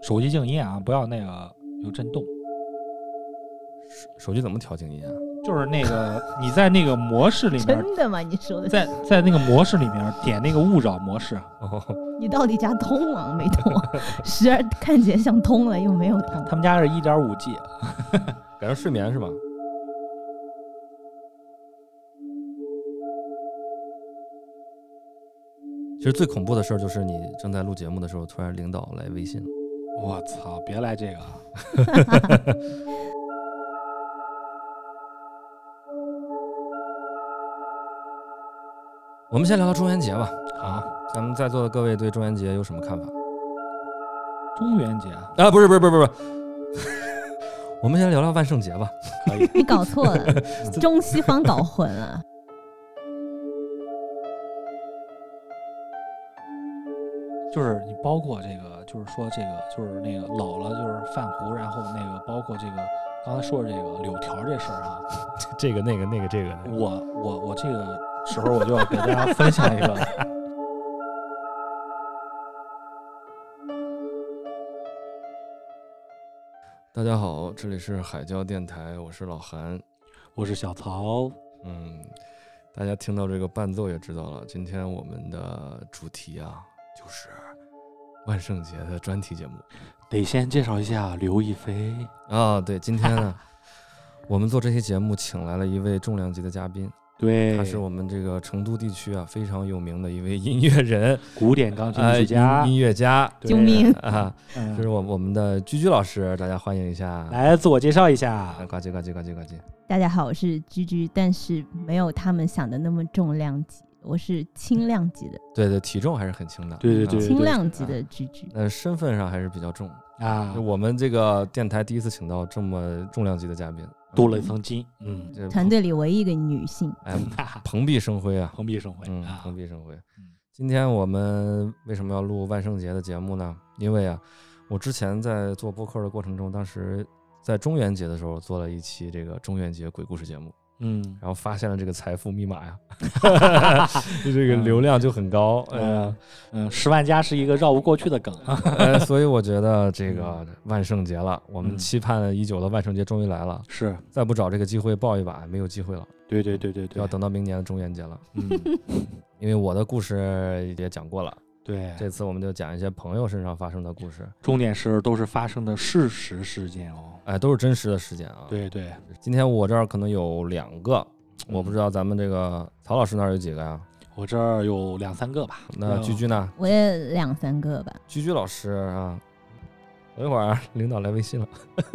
手机静音啊，不要那个有震动。 手机怎么调静音啊？ 就是那个你在那个模式里面， 真的吗？你说的在那个模式里面点那个勿扰模式。 哦， 你到底家通了没通？时而看起来像通了，又没有通。 他们家是 1.5G， 改成睡眠是吧？其实最恐怖的事儿就是你正在录节目的时候，突然领导来微信了。 我操！别来这个。 我们先聊聊中元节吧。 好， 咱们在座的各位对中元节有什么看法？ 中元节啊，不是，我们先聊聊万圣节吧。 可以。 你搞错了，中西方搞混了。 就是你包括这个，就是说这个，就是那个老了就是泛糊，然后那个包括这个刚才说的这个柳条这事儿啊， 这个那个这个， 我这个时候我就要给大家分享一个。 大家好，这里是海椒电台，我是老韩， 我是小曹。 大家听到这个伴奏也知道了，今天我们的主题啊，就是万圣节的专题节目。 得先介绍一下刘亦菲啊，对，今天呢，我们做这期节目请来了一位重量级的嘉宾。 对， 他是我们这个成都地区啊非常有名的一位音乐人， 古典钢琴艺术家、 音乐家。 救命啊！这是我们的居居老师，大家欢迎一下。 来自我介绍一下， 呱唧呱唧呱唧呱唧。 大家好，我是居居，但是没有他们想的那么重量级，我是轻量级的。 对对，体重还是很轻的。 对， 轻量级的居居。 身份上还是比较重啊。 我们这个电台第一次请到这么重量级的嘉宾。 镀了一层金， 团队里唯一一个女性， 蓬荜生辉啊， 蓬荜生辉， 蓬荜生辉。今天我们为什么要录万圣节的节目呢？因为啊，我之前在做播客的过程中，当时在中元节的时候做了一期这个中元节鬼故事节目，然后发现了这个财富密码呀，这个流量就很高 ，10万加是一个绕不过去的梗， 所以我觉得这个万圣节了，我们期盼已久的万圣节终于来了， 是再不找这个机会抱一把，没有机会了。 对， 要等到明年的中元节了。因为我的故事也讲过了。 对， 这次我们就讲一些朋友身上发生的故事， 重点是都是发生的事实事件哦， 都是真实的事件啊。 对， 今天我这儿可能有2个，我不知道咱们这个曹老师那儿有几个呀？ 我这儿有2、3个吧。 那居居呢？ 我也2、3个吧。 居居老师啊，等一会儿领导来微信了，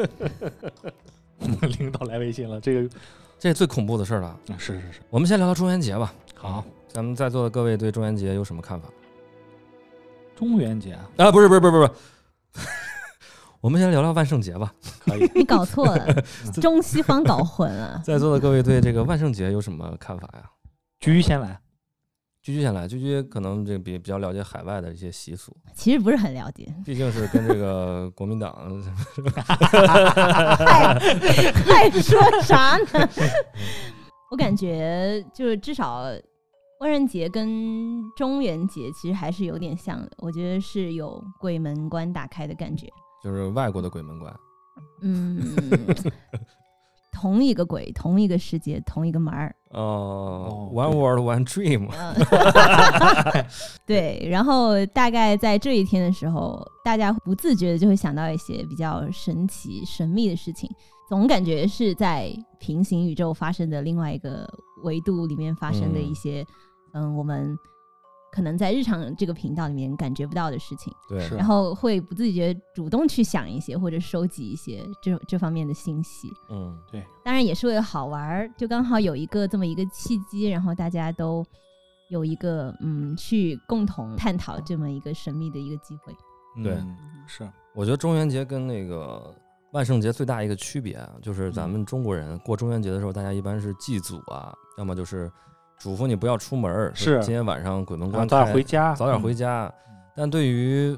领导来微信了，这最恐怖的事了。 是， 我们先聊聊中元节吧。 好， 咱们在座的各位对中元节有什么看法？ 中元节啊，不是，我们先聊聊万圣节吧。 可以。 你搞错了，中西方搞混了。 在座的各位对这个万圣节有什么看法呀？ 居居先来， 居居可能这个比较了解海外的一些习俗， 其实不是很了解， 毕竟是跟这个国民党。 还说啥呢？我感觉就是至少万圣节跟中元节其实还是有点像的，我觉得是有鬼门关打开的感觉， 就是外国的鬼门关。 同一个鬼，同一个世界，同一个门儿。 One world, one dream。 对，然后大概在这一天的时候，大家不自觉的就会想到一些比较神奇、神秘的事情，总感觉是在平行宇宙发生的另外一个维度里面发生的一些，我们可能在日常这个频道里面感觉不到的事情。 对， 然后会不自觉主动去想一些或者收集一些这方面的信息。 对， 当然也是为了好玩，就刚好有这么一个契机，然后大家都有一个去共同探讨这么一个神秘的一个机会。 对， 是。 我觉得中元节跟那个万圣节最大一个区别啊，就是咱们中国人过中元节的时候，大家一般是祭祖啊，要么就是嘱咐你不要出门， 是今天晚上鬼门关早点回家， 但对于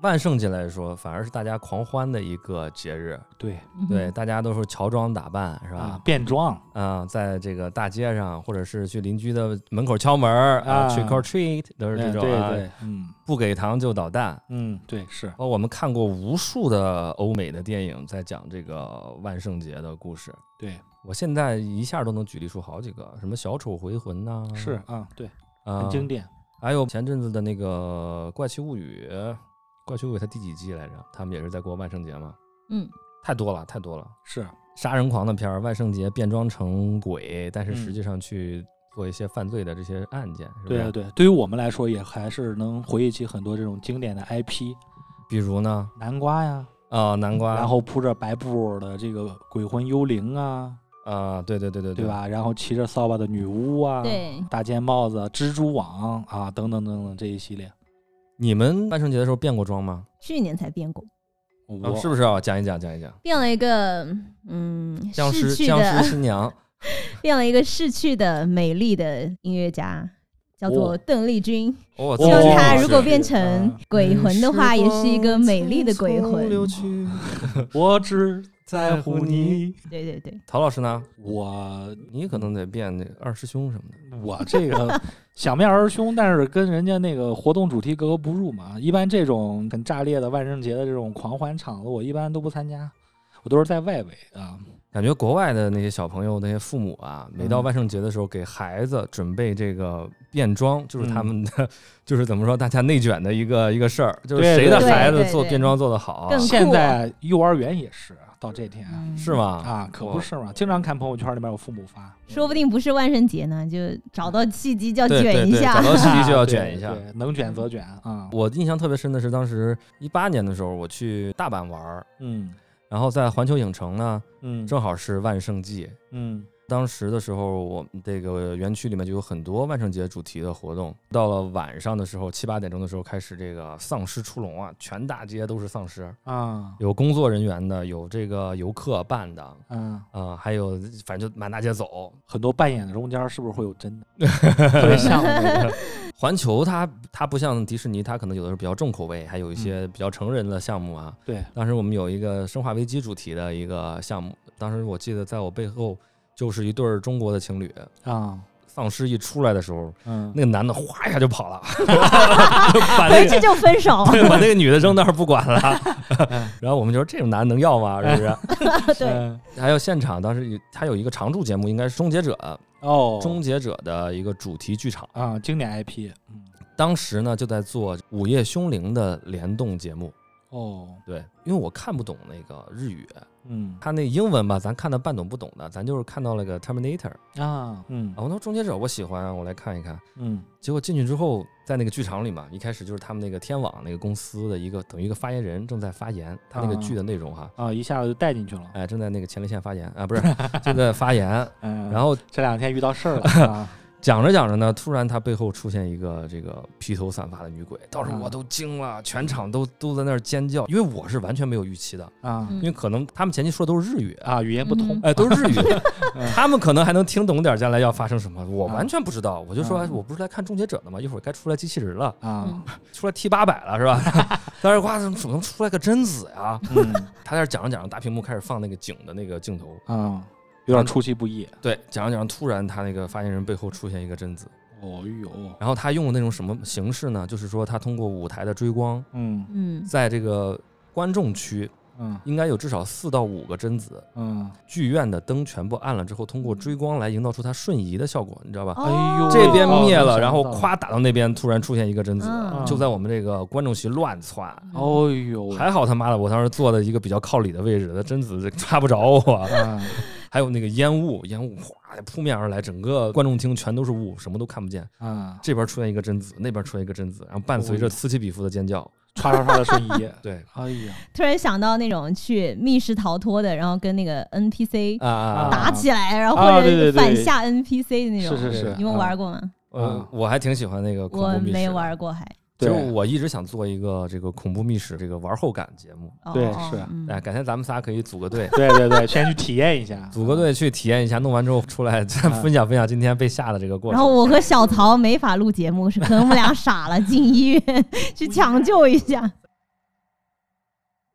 万圣节来说，反而是大家狂欢的一个节日。 对对，大家都是乔装打扮，是吧？ 变装在这个大街上，或者是去邻居的门口敲门trick or treat 都是这种对， 不给糖就捣蛋。 对，是。 我们看过无数的欧美的电影，在讲这个万圣节的故事。 对， 我现在一下都能举例出好几个，什么小丑回魂呐， 是对，很经典。 还有前阵子的那个怪奇物语它第几季来着？他们也是在过万圣节嘛。太多了。 是杀人狂的片儿，万圣节变装成鬼，但是实际上去做一些犯罪的这些案件。 对，对于我们来说，也还是能回忆起很多这种经典的 IP， 比如呢， 南瓜呀， 南瓜， 然后铺着白布的这个鬼魂幽灵啊。 对吧？然后骑着扫把的女巫啊， 对， 大尖帽子、蜘蛛网啊，等等等等这一系列。 你们万圣节的时候变过装吗？ 去年才变过。 是不是啊？讲一讲。 变了一个僵尸新娘， 变了一个逝去的美丽的音乐家，叫做邓丽君。希望她如果变成鬼魂的话，也是一个美丽的鬼魂。 我只在乎你。 对。 陶老师呢？ 你可能得变那个二师兄什么的。 我这个想变二师兄，但是跟人家那个活动主题格格不入嘛。一般这种很炸裂的万圣节的这种狂欢场子，我一般都不参加，我都是在外围啊。 感觉国外的那些小朋友、那些父母啊，每到万圣节的时候，给孩子准备这个变装，就是他们的，就是怎么说，大家内卷的一个事儿，就是谁的孩子做变装做得好。 现在幼儿园也是到这天， 是吗？ 可不是嘛，经常看朋友圈里面有父母发， 说不定不是万圣节呢，就找到契机就要卷一下， 找到契机就要卷一下， 对，能卷则卷啊。 我印象特别深的是，当时18年的时候，我去大阪玩，然后在环球影城呢，正好是万圣季，当时的时候，我们这个园区里面就有很多万圣节主题的活动。到了晚上的时候，7、8点钟的时候开始这个丧尸出笼啊，全大街都是丧尸啊，有工作人员的，有这个游客扮的，还有反正就满大街走， 很多扮演的中间是不是会有真的？特别像那个环球它不像迪士尼，它可能有的是比较重口味，还有一些比较成人的项目啊。 对， 当时我们有一个生化危机主题的一个项目，当时我记得在我背后就是一对中国的情侣啊， 丧尸一出来的时候，那个男的哗一下就跑了， 回去就分手， 把那个女的扔那儿不管了。然后我们就说这种男的能要吗？是不是？ 对。 还有现场，当时他有一个常驻节目，应该是终结者终结者的一个主题剧场啊，经典 IP。 当时呢就在做午夜凶铃的联动节目。对，因为我看不懂那个日语。他那英文吧，咱看的半懂不懂的，咱就是看到了个 Terminator 我说终结者我喜欢，我来看一看。结果进去之后，在那个剧场里嘛，一开始就是他们那个天网那个公司的等于一个发言人正在发言，他那个剧的内容一下子就带进去了。 正在那个前列腺发言不是正在发言。然后这2天遇到事儿了讲着讲着呢，突然他背后出现一个这个披头散发的女鬼，当时我都惊了，全场都在那儿尖叫，因为我是完全没有预期的因为可能他们前期说的都是日语语言不通， 都是日语，他们可能还能听懂点将来要发生什么，我完全不知道，我就说我不是来看终结者的吗？一会儿该出来机器人了出来 T800了是吧？但是哇，怎么能出来个贞子呀？他在这讲着讲着，大屏幕开始放那个井的那个镜头有点出其不意。 对，讲着讲着，突然他那个发言人背后出现一个贞子。然后他用的那种什么形式呢？就是说他通过舞台的追光，在这个观众区，应该有至少4到5个贞子，剧院的灯全部暗了之后，通过追光来营造出它瞬移的效果，你知道吧？这边灭了，然后咵打到那边，突然出现一个贞子，就在我们这个观众席乱窜。还好他妈的，我当时坐的一个比较靠里的位置，那贞子抓不着我。还有那个烟雾哗扑面而来，整个观众厅全都是雾，什么都看不见这边出现一个贞子，那边出现一个贞子，然后伴随着此起彼伏的尖叫， 唰唰唰的瞬移。 对， 突然想到那种去密室逃脱的，然后跟那个 NPC 打起来，然后或者反下 NPC 的那种。 是。 你们玩过吗？ 我还挺喜欢那个恐怖密室。 我没玩过还。 其实我一直想做一个这个恐怖密室这个玩后感节目。 对，是。 改天咱们仨可以组个队。 对，先去体验一下。 组个队去体验一下，弄完之后出来再分享今天被吓的这个过程。 然后我和小曹没法录节目，是可能我们俩傻了，进医院去抢救一下。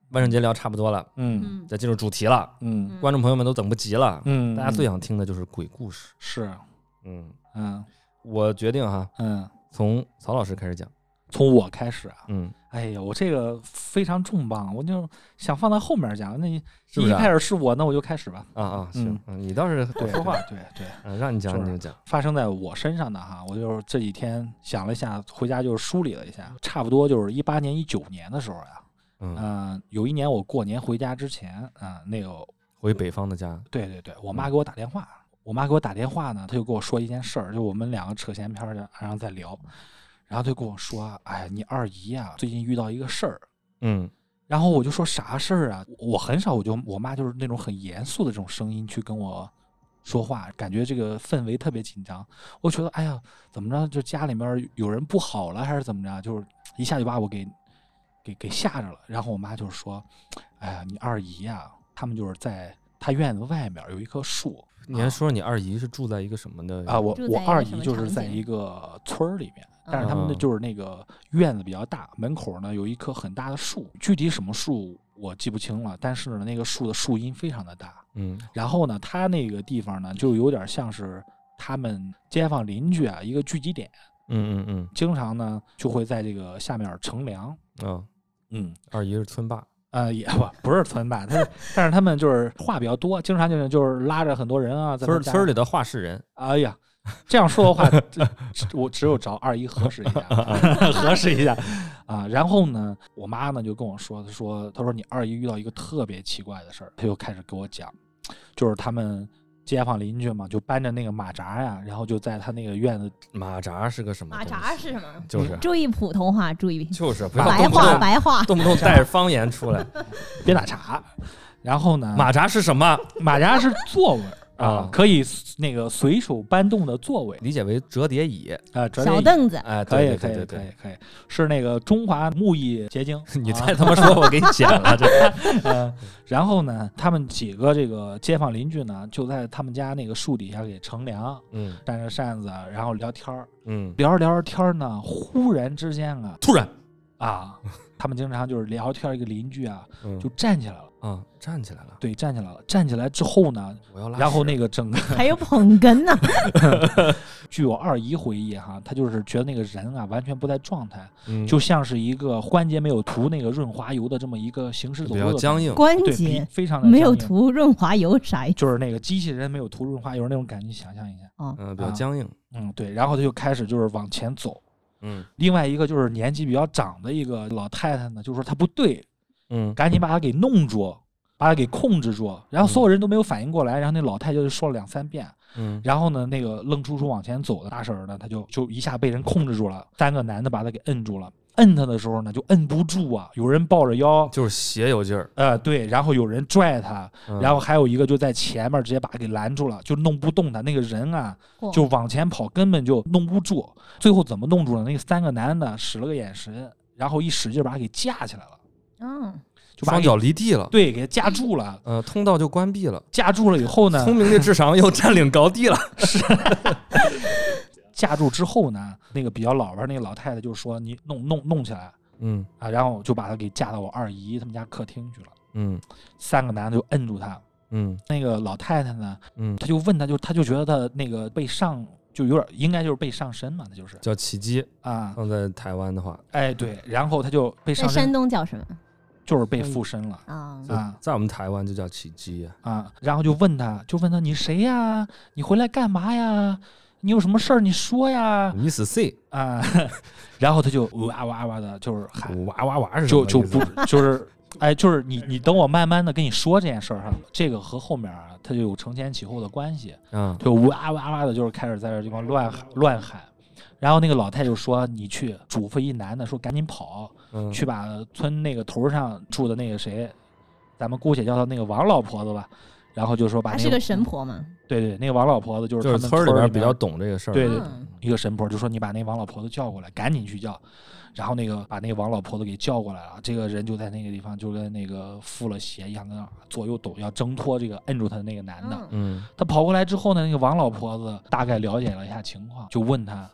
万圣节聊差不多了，再进入主题了，观众朋友们都等不及了，大家最想听的就是鬼故事。 是， 我决定哈，从曹老师开始讲。 从我开始啊，哎呀，我这个非常重磅，我就想放在后面讲。那一开始是我，那我就开始吧。 行，你倒是多说话， 对， 让你讲你就讲。 发生在我身上的哈，我就是这几天想了一下，回家就是梳理了一下，差不多就是18年、19年的时候呀，有一年我过年回家之前，那个回北方的家， 对，我妈给我打电话，呢，她就跟我说一件事儿，就我们两个扯闲篇儿，然后再聊。然后他就跟我说：“哎呀，你二姨呀，最近遇到一个事儿。”然后我就说啥事儿啊？我很少，我妈就是那种很严肃的这种声音去跟我说话，感觉这个氛围特别紧张。我觉得哎呀，怎么着？就家里面有人不好了，还是怎么着？就是一下就把我给吓着了。然后我妈就是说：“哎呀，你二姨呀，他们就是在她院子外面有一棵树。” 你还说你二姨是住在一个什么的啊？我二姨就是在一个村里面。但是他们的就是那个院子比较大，门口呢有一棵很大的树，具体什么树我记不清了，但是呢那个树的树荫非常的大，然后呢它那个地方呢就有点像是他们街坊邻居啊一个聚集点，经常呢就会在这个下面乘凉， 二姨是村霸。 也不是村霸，但是他们就是话比较多，经常就是拉着很多人啊，在村里的话事人。 哎呀，这样说的话，我只有找二姨核实一下，然后呢，我妈呢就跟我说，她说你二姨遇到一个特别奇怪的事儿，她就开始给我讲，就是他们街坊邻居嘛，就搬着那个马扎呀，然后就在他那个院子。 马扎是个什么？ 马扎是什么？ 就是注意普通话，注意就是白话， 动不动带着方言出来， 别打岔。然后呢， 马扎是什么？ 马扎是座位。可以那个随手搬动的座位， 理解为折叠椅小凳子， 可以，是那个中华木艺结晶。 你再他妈说，我给你剪了这。 然后呢，他们几个这个街坊邻居呢，就在他们家那个树底下给乘凉，扇着扇子，然后聊天聊着天呢，忽然之间突然他们经常就是聊天，一个邻居就站起来了。 站起来了。 对，站起来了。站起来之后呢，然后那个整个还有捧哏呢。 据我二姨回忆她就是觉得那个人完全不在状态，就像是一个关节没有涂那个润滑油的这么一个行尸走肉的， 比较僵硬。 关节非常的没有涂润滑油啥？ 就是那个机器人没有涂润滑油那种感觉，你想象一下。 比较僵硬。 对。然后他就开始就是往前走。另外一个就是年纪比较长的一个老太太呢，就说她不对。赶紧把他给弄住，把他给控制住，然后所有人都没有反应过来，然后那老太就说了2-3遍，然后呢，那个愣出往前走的大婶呢，他就一下被人控制住了，3个男的把他给摁住了，摁他的时候呢，就摁不住有人抱着腰， 就是血有劲儿， 对，然后有人拽他，然后还有一个就在前面直接把他给拦住了，就弄不动他，那个人就往前跑，根本就弄不住，最后怎么弄住了？那个3个男的使了个眼神，然后一使劲把他给架起来了。就把双脚离地了， 对，给架住了， 通道就关闭了。 架住了以后呢， 聪明的智商又占领高地了。 是，架住之后呢，那个比较老牌那个老太太就说：“你弄起来。”然后就把她给架到我二姨他们家客厅去了。3个男的就摁住她。那个老太太呢，他就问她，他就觉得她那个被上。就有点应该就是被上身嘛，那就是叫起鸡放在台湾的话， 对，然后他就被上身。 在山东叫什么？ 就是被附身了在我们台湾就叫起鸡然后就问他你谁呀？你回来干嘛呀？你有什么事儿你说呀？ 你是谁然后他就哇哇哇的，就是喊哇哇哇是就不就是就是你等我慢慢的跟你说这件事儿这个和后面它就有承前启后的关系就哇哇哇的，就是开始在这地方乱喊。然后那个老太就说：“你去嘱咐一男的，说赶紧跑，去把村那个头上住的那个谁，咱们姑且叫他那个王老婆子吧。然后就说把她是个神婆嘛， 对，那个王老婆子就是他们村里边比较懂这个事儿， 对，一个神婆就说你把那王老婆子叫过来，赶紧去叫。然后那个把那个王老婆子给叫过来了，这个人就在那个地方就跟那个附了邪一样，跟左右抖，要挣脱这个摁住他的那个男的。他跑过来之后呢，那个王老婆子大概了解了一下情况，就问他。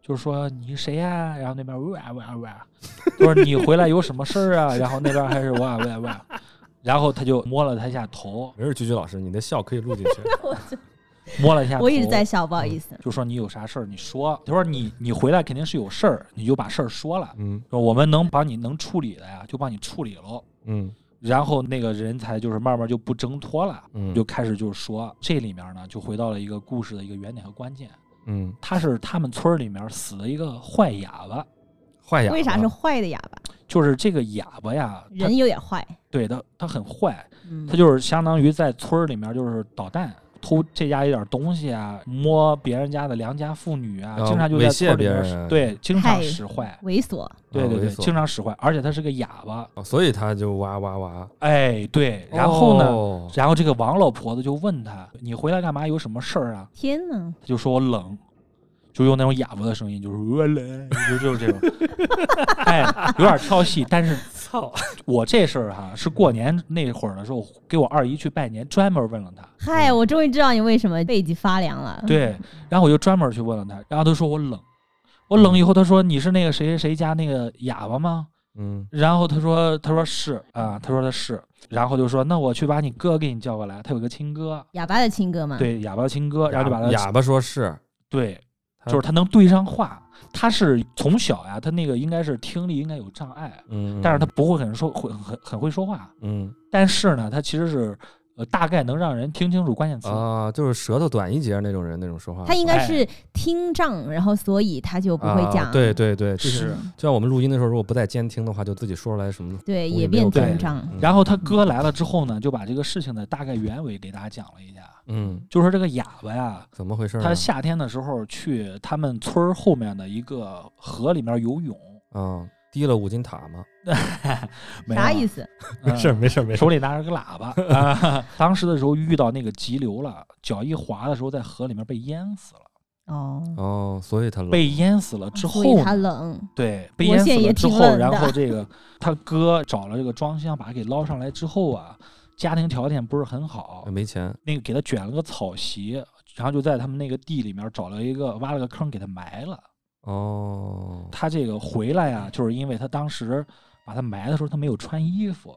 就是说你谁呀？然后那边哇哇哇，就是你回来有什么事儿啊？然后那边还是哇哇哇，然后他就摸了他一下头。 没事，居居老师，你的笑可以录进去。 摸了一下头， 我一直在笑，不好意思。 就说你有啥事儿你说，他说你回来肯定是有事儿，你就把事儿说了。说我们能帮你能处理的呀，就帮你处理喽。然后那个人才就是慢慢就不挣脱了，就开始就是说这里面呢就回到了一个故事的一个原点和关键。他是他们村里面死了一个坏哑巴。 坏哑巴？ 为啥是坏的哑巴？ 就是这个哑巴呀， 人有点坏。 对的，他很坏，他就是相当于在村里面就是捣蛋。偷这家一点东西啊，摸别人家的良家妇女啊，经常就在村里面，对，经常使坏， 猥琐， 对对对，经常使坏，而且他是个哑巴， 所以他就哇哇哇， 哎，对，然后呢，然后这个王老婆子就问他，你回来干嘛？有什么事儿啊？ 天哪， 他就说我冷。就用那种哑巴的声音，就是我冷，就是这种，哎，有点跳戏。但是操，我这事儿哈是过年那会儿的时候，给我二姨去拜年，专门问了他。 嗨，我终于知道你为什么背脊发凉了。 对，然后我就专门去问了他，然后他说我冷，我冷以后他说你是那个谁谁家那个哑巴吗？然后他说是啊，他说他是，然后就说那我去把你哥给你叫过来，他有个亲哥， 哑巴的亲哥吗？ 对，哑巴的亲哥，然后就把他哑巴说是， 对。就是他能对上话，他是从小呀，他那个应该是听力应该有障碍，但是他不会很会说话，但是呢，他其实是大概能让人听清楚关键词啊，就是舌头短一截那种人那种说话， 他应该是听障，然后所以他就不会讲， 对对对，是，就像我们录音的时候，如果不带监听的话，就自己说出来什么， 对，也变听障。 然后他哥来了之后呢，就把这个事情的大概原委给大家讲了一下。就说这个哑巴呀， 怎么回事？ 他夏天的时候去他们村后面的一个河里面游泳， 滴了5斤塔吗？ 啥意思？ 没事没事， 手里拿着个喇叭。当时的时候遇到那个急流了，脚一滑的时候在河里面被淹死了。 哦，所以他冷。 被淹死了之后， 所以他冷。 对，被淹死了之后，然后这个他哥找了这个装箱把他给捞上来之后啊。家庭条件不是很好， 没钱， 那个给他卷了个草席，然后就在他们那个地里面找了一个挖了个坑给他埋了。他这个回来呀，就是因为他当时把他埋的时候他没有穿衣服，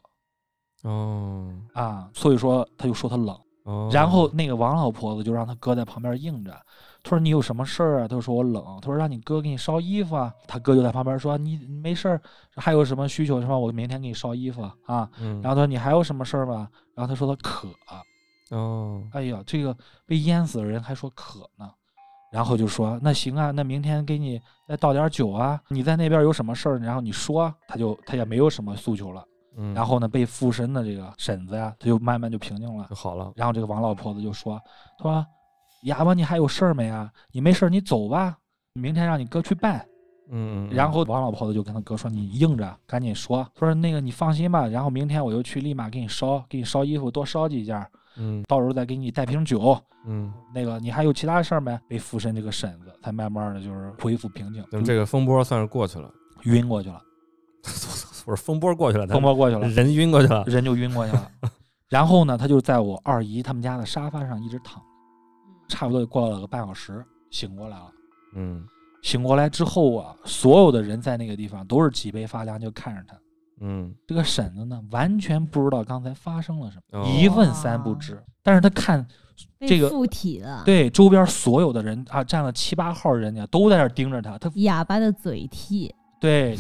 所以说他就说他冷。然后那个王老婆子就让他哥在旁边应着，他说你有什么事儿啊？他说我冷。他说让你哥给你烧衣服啊。他哥就在旁边说你没事儿，还有什么需求？说我明天给你烧衣服啊。然后他说你还有什么事儿吗？然后他说他渴。哎呀，这个被淹死的人还说渴呢。然后就说那行啊，那明天给你再倒点酒啊。你在那边有什么事儿？然后你说，他也没有什么诉求了。然后呢，被附身的这个婶子呀，他就慢慢就平静了， 就好了。 然后这个王老婆子就说哑巴，你还有事儿没啊？你没事你走吧，明天让你哥去办。然后王老婆子就跟他哥说，你应着，赶紧说。他说那个你放心吧，然后明天我就去立马给你烧衣服，多烧几件。到时候再给你带瓶酒。那个你还有其他事儿没？被附身这个婶子才慢慢的就是恢复平静。 这个风波算是过去了， 晕过去了。 不是风波过去了， 风波过去了， 人晕过去了， 人就晕过去了。然后呢，他就在我二姨他们家的沙发上一直躺，差不多过了个半小时，醒过来了。醒过来之后啊，所有的人在那个地方都是脊背发凉，就看着他。这个婶子呢，完全不知道刚才发生了什么，一问三不知。但是他看这个附体了， 对周边所有的人啊，站了7、8号人家都在那盯着他。他哑巴的嘴替。 对，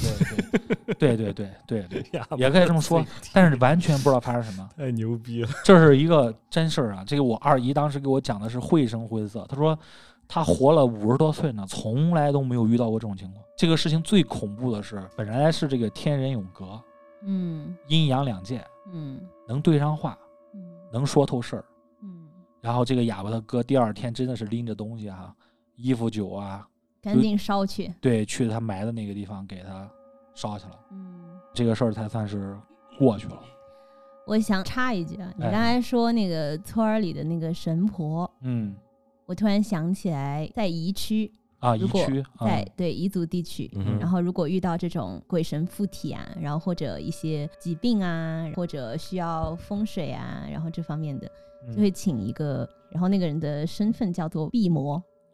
也可以这么说，但是完全不知道发生什么， 太牛逼了， 这是一个真事儿啊！这个我二姨当时给我讲的是绘声绘色，她说她活了50多岁呢，从来都没有遇到过这种情况。这个事情最恐怖的是，本来是这个天人永隔，阴阳两界，能对上话，能说透事儿，然后这个哑巴他哥第二天真的是拎着东西啊，衣服酒啊。 赶紧烧去， 对，去他埋的那个地方给他烧去了。这个事儿才算是过去了。 我想插一句啊，你刚才说那个村里的那个神婆，我突然想起来，在彝区啊，彝区在对彝族地区，然后如果遇到这种鬼神附体啊，然后或者一些疾病啊，或者需要风水啊，然后这方面的，就会请一个，然后那个人的身份叫做毕魔。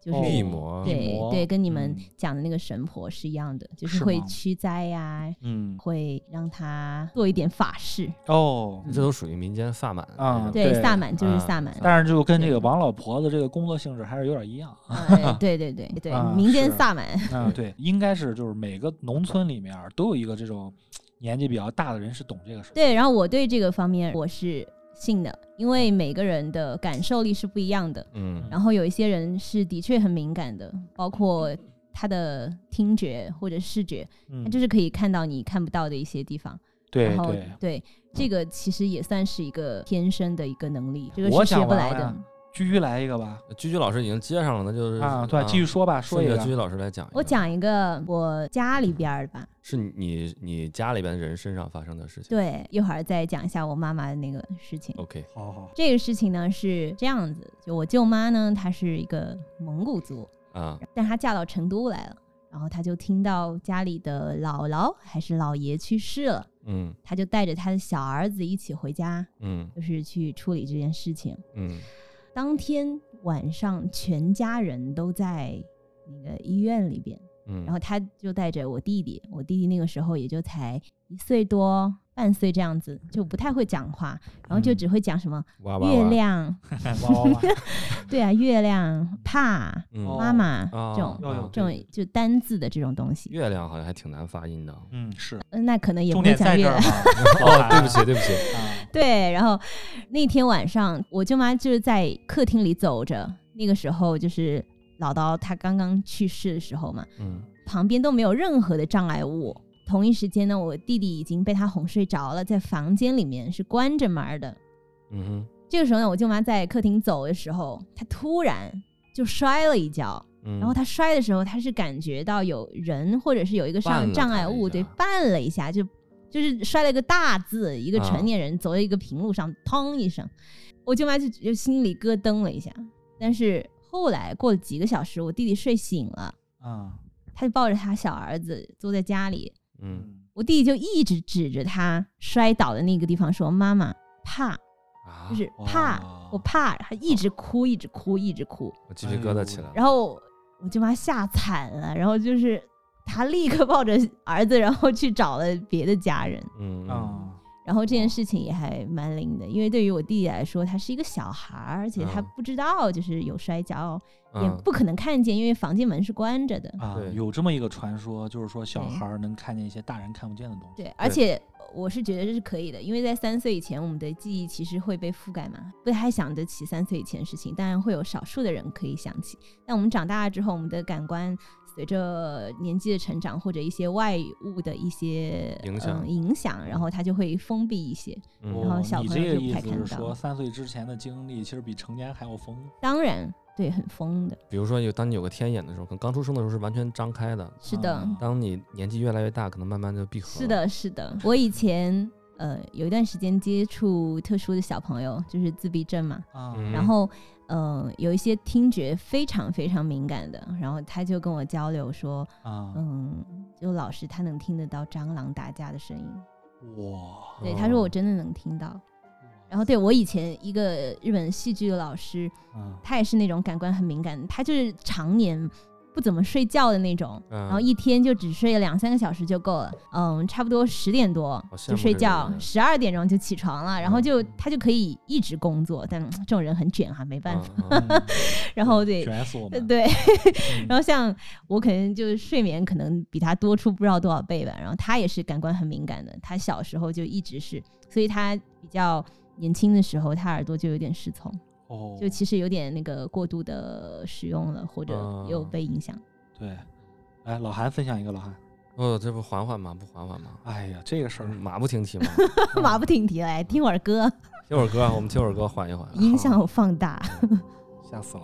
就是地魔， 对，跟你们讲的那个神婆是一样的，就是会驱灾呀，会让他做一点法事。 这都属于民间萨满对，萨满就是萨满， 但是就跟这个王老婆子这个工作性质还是有点一样。 对，民间萨满。 对，应该是就是每个农村里面都有一个这种年纪比较大的人是懂这个事。 对，然后我对这个方面我是信的，因为每个人的感受力是不一样的。然后有一些人是的确很敏感的，包括他的听觉或者视觉，他就是可以看到你看不到的一些地方。 对对，这个其实也算是一个天生的一个能力，这个是学不来的。 居居来一个吧， 居居老师已经接上了，那就是对，继续说吧，说一个居居老师来讲一个。 我讲一个我家里边吧， 是你家里边人身上发生的事情。 对，一会儿再讲一下我妈妈的那个事情。 OK， 好。 这个事情呢是这样子，就我舅妈呢，她是一个蒙古族但她嫁到成都来了，然后她就听到家里的姥姥还是姥爷去世了，她就带着她的小儿子一起回家，就是去处理这件事情，当天晚上全家人都在那个医院里边，然后他就带着我弟弟那个时候也就才1岁多半岁这样子，就不太会讲话，然后就只会讲什么月亮对啊，月亮怕妈妈这种就单字的这种东西。 月亮好像还挺难发音的。 是那可能也不会讲月亮。 对不起对，然后那天晚上我舅妈就是在客厅里走着，那个时候就是姥姥她刚刚去世的时候嘛，旁边都没有任何的障碍物。同一时间呢，我弟弟已经被他哄睡着了，在房间里面是关着门的。这个时候呢，我舅妈在客厅走的时候，她突然就摔了一跤，然后她摔的时候，她是感觉到有人或者是有一个障碍物绊了一下，就是摔了一个大字，一个成年人走在一个平路上，砰一声，我舅妈就心里咯噔了一下。但是后来过了几个小时，我弟弟睡醒了，他就抱着他小儿子坐在家里，我弟弟就一直指着他摔倒的那个地方说：“妈妈怕，就是怕，我怕。”他一直哭，一直哭，一直哭， 我鸡皮疙瘩起来了。 然后我舅妈吓惨了，然后就是他立刻抱着儿子，然后去找了别的家人。然后这件事情也还蛮灵的，因为对于我弟弟来说，他是一个小孩，而且他不知道就是有摔跤，也不可能看见，因为房间门是关着的。 有这么一个传说，就是说小孩能看见一些大人看不见的东西。 对，而且我是觉得这是可以的，因为在3岁以前，我们的记忆其实会被覆盖嘛，不太想得起3岁以前的事情。当然会有少数的人可以想起，但我们长大了之后，我们的感官随着年纪的成长或者一些外物的一些影响，然后它就会封闭一些，然后小朋友就不太看到。你这个意思是说3岁之前的经历其实比成年还要丰？ 当然，对，很丰的。比如说当你有个天眼的时候，可能刚出生的时候是完全张开的。 是的。 当你年纪越来越大，可能慢慢就闭合了。 是的，是的。我以前有一段时间接触特殊的小朋友，就是自闭症嘛，然后有一些听觉非常非常敏感的，然后他就跟我交流说，就老师他能听得到蟑螂打架的声音。对，他说我真的能听到。然后对，我以前一个日本戏剧的老师，他也是那种感官很敏感，他就是常年不怎么睡觉的那种，然后一天就只睡2-3个小时就够了。差不多10点多就睡觉，12点钟就起床了，然后他就可以一直工作，但这种人很卷哈，没办法。然后对， 卷死我们。 对，然后像我可能就是睡眠可能比他多出不知道多少倍吧，然后他也是感官很敏感的，他小时候就一直是，所以他比较年轻的时候，他耳朵就有点失聪。就其实有点那个过度的使用了，或者也有被影响。 对，来，老韩分享一个。老韩， 这不缓缓吗？不缓缓吗？ 哎呀，这个事儿马不停蹄吗？ 马不停蹄，来听会儿歌。 听会儿歌，我们听会儿歌，缓一缓。 音响放大， 吓死了。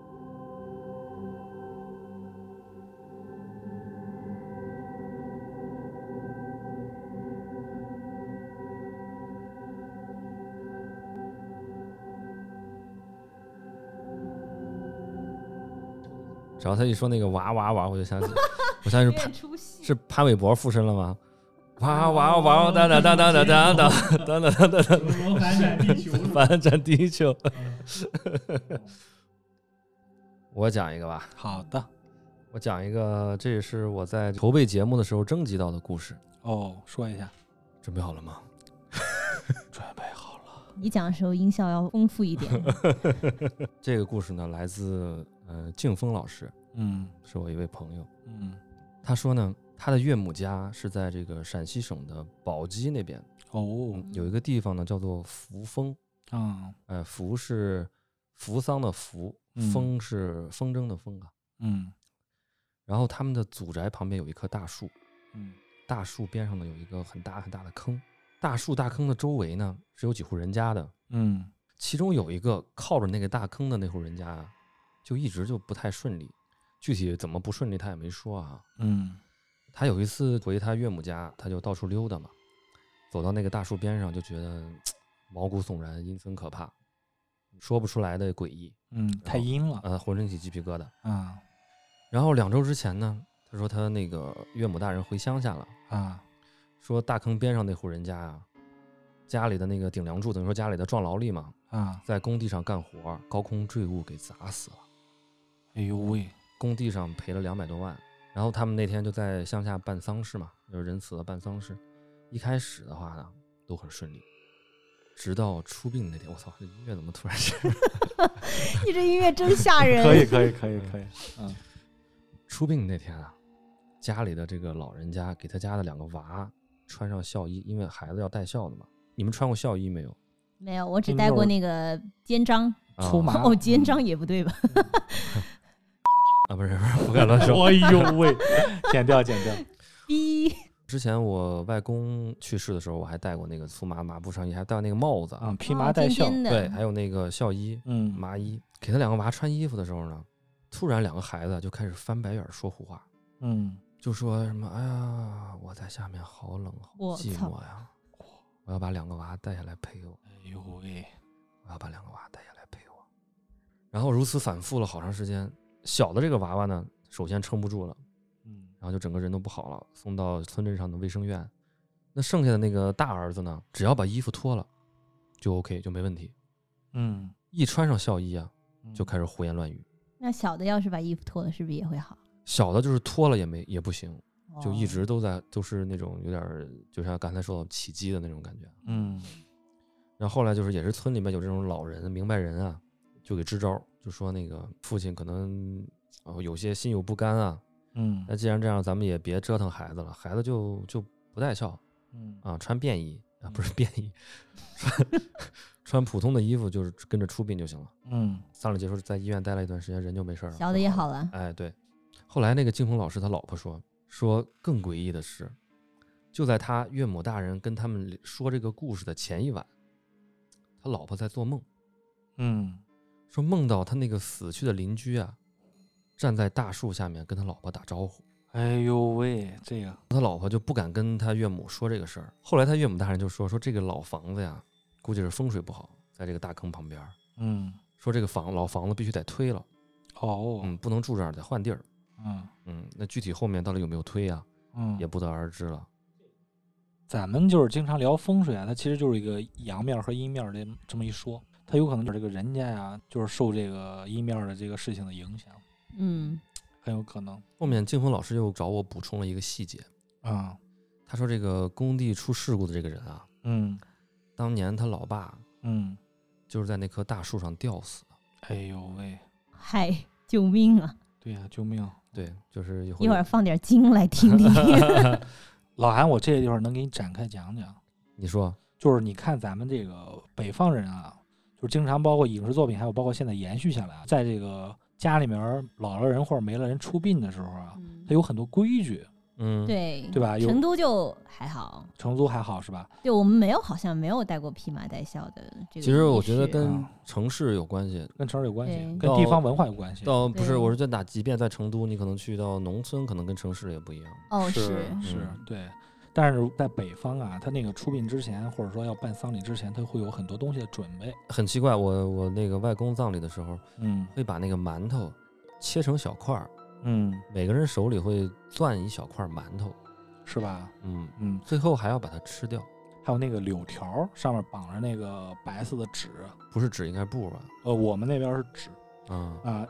只要他一说那个哇哇哇，我就相信是潘玮柏附身了吗？哇哇哇，当当当当当当当当当当当，反转地球， 我讲一个吧。 好的， 我讲一个，这也是我在筹备节目的时候征集到的故事。 哦，说一下。 准备好了吗？ 准备好了。 你讲的时候音效要丰富一点。 这个故事呢，来自静峰老师，是我一位朋友。他说呢，他的岳母家是在这个陕西省的宝鸡那边。有一个地方呢叫做扶风。扶是扶桑的扶，风是风筝的风啊。然后他们的祖宅旁边有一棵大树。大树边上呢有一个很大很大的坑。大树大坑的周围呢是有几户人家的。其中有一个靠着那个大坑的那户人家就一直就不太顺利，具体怎么不顺利他也没说啊。他有一次回他岳母家，他就到处溜达嘛，走到那个大树边上就觉得毛骨悚然，阴森可怕，说不出来的诡异。 太阴了， 浑身起鸡皮疙瘩。然后2周之前呢，他说他那个岳母大人回乡下了说大坑边上那户人家啊，家里的那个顶梁柱，等于说家里的壮劳力嘛，在工地上干活，高空坠物给砸死了。 哎呦喂！ 工地上赔了200多万。然后他们那天就在乡下办丧事嘛，就是人死了办丧事。一开始的话呢都很顺利，直到出殡那天，我操，这音乐怎么突然是？ 你这音乐真吓人。 可以。 出殡那天啊，家里的这个老人家给他家的2个娃穿上孝衣，因为孩子要带孝的嘛。你们穿过孝衣没有？ 没有，我只带过那个肩章。 粗麻哦，肩章也不对吧？ 不是，不敢乱说。 哎呦喂，剪掉。 之前我外公去世的时候，我还戴过那个粗麻麻布上衣，还戴那个帽子披麻戴孝。 对，还有那个孝衣，麻衣。给他2个娃穿衣服的时候呢，突然2个孩子就开始翻白眼说胡话。就说什么哎呀，我在下面好冷好寂寞呀，我要把2个娃带下来陪我。 哎呦喂， 我要把2个娃带下来陪我。然后如此反复了好长时间。小的这个娃娃呢，首先撑不住了，然后就整个人都不好了，送到村镇上的卫生院。那剩下的那个大儿子呢，只要把衣服脱了就 OK， 就没问题。一穿上孝衣啊，就开始胡言乱语。 那小的要是把衣服脱了，是不是也会好？ 小的就是脱了也不行，就一直都是那种有点就像刚才说的起鸡的那种感觉。然后后来就是也是村里面有这种老人明白人啊，就给支招，就说那个父亲可能有些心有不甘啊。那既然这样，咱们也别折腾孩子了，孩子就不带孝。穿便衣啊，不是便衣，穿普通的衣服，就是跟着出殡就行了。丧礼结束，在医院待了一段时间，人就没事了， 小的也好了。 哎，对。后来那个静峰老师他老婆说更诡异的是，就在他岳母大人跟他们说这个故事的前一晚，他老婆在做梦。说梦到他那个死去的邻居啊，站在大树下面跟他老婆打招呼。 哎呦喂，这个他老婆就不敢跟他岳母说这个事儿。后来他岳母大人就说这个老房子呀，估计是风水不好，在这个大坑旁边。说这个老房子必须得推了。不能住这儿，得换地儿。那具体后面到底有没有推啊？也不得而知了。 咱们就是经常聊风水啊，它其实就是一个阳面和阴面的这么一说。他有可能就是这个人家呀，就是受这个阴面的这个事情的影响，很有可能。 后面静峰老师又找我补充了一个细节他说这个工地出事故的这个人啊，当年他老爸就是在那棵大树上吊死的。 哎呦喂， 嗨，救命啊！ 对呀，救命！ 对，就是一会儿放点经来听听。 老韩，我这个地方能给你展开讲讲。 你说， 就是你看咱们这个北方人啊，就是经常包括影视作品，还有包括现在延续下来，在这个家里面老了人或者没了人出殡的时候啊，它有很多规矩。 对吧？ 成都就还好， 成都还好是吧？ 对，我们好像没有带过披麻戴孝的这个。 其实我觉得跟城市有关系， 跟城市有关系，跟地方文化有关系。 不是，我是在即便在成都，你可能去到农村，可能跟城市也不一样。 是，对。但是在北方啊，他那个出殡之前，或者说要办丧礼之前，他会有很多东西的准备。 很奇怪，我那个外公葬礼的时候，会把那个馒头切成小块儿。每个人手里会攥一小块馒头， 是吧？ 最后还要把它吃掉。 还有那个柳条上面绑着那个白色的纸， 不是纸，应该是布吧？ 我们那边是纸。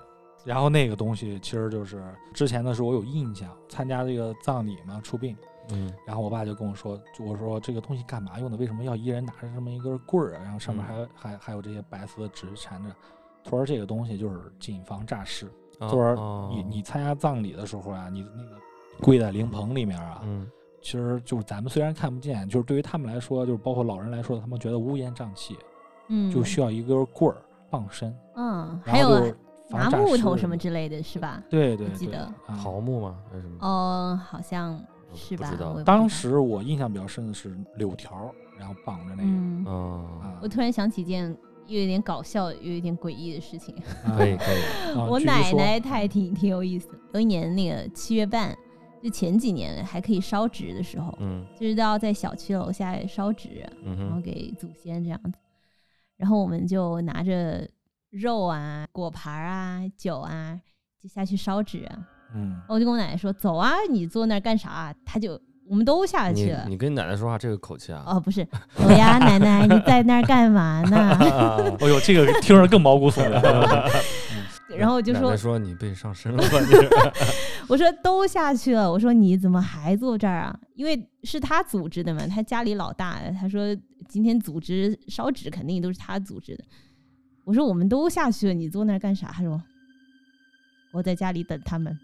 然后那个东西其实就是之前的时候我有印象，参加这个葬礼嘛，出殡，然后我爸就跟我说，我说这个东西干嘛用的？为什么要一人拿着这么一根棍儿啊？然后上面还有这些白色的纸缠着。他说这个东西就是谨防诈尸。他说你参加葬礼的时候啊，你那个跪在灵棚里面啊，其实就是咱们虽然看不见，就是对于他们来说，就是包括老人来说，他们觉得乌烟瘴气，就需要一根棍儿傍身， 还有拿木头什么之类的是吧？ 对对， 记得桃木吗？还是什么？ 好像是吧。 当时我印象比较深的是柳条，然后绑着那个。 我突然想起一件又有点搞笑又有点诡异的事情。 可以。 我奶奶她还挺有意思的。有一年那个7月半，就前几年还可以烧纸的时候，就是都要在小区楼下烧纸，然后给祖先这样子。然后我们就拿着肉啊、果盘啊、酒啊，就下去烧纸啊。我就跟我奶奶说：“走啊，你坐那儿干啥？”我们都下去了。 你跟奶奶说话这个口气啊？ 不是，走呀，奶奶，你在那儿干嘛呢？ 哎呦，这个听着更毛骨悚然。 然后就说：“ 奶奶说你被上身了吧？” 我说：“都下去了。”我说：“你怎么还坐这儿啊？”因为是他组织的嘛，他家里老大。他说：“今天组织烧纸肯定都是他组织的。”我说：“我们都下去了，你坐那儿干啥？”他说：“我在家里等他们。”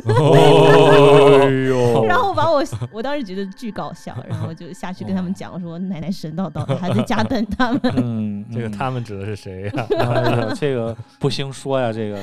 然后我当时觉得巨搞笑，然后就下去跟他们讲，我说：“奶奶神叨叨的，还在家等他们。” 这个他们指的是谁呀？ 这个不兴说呀，这个。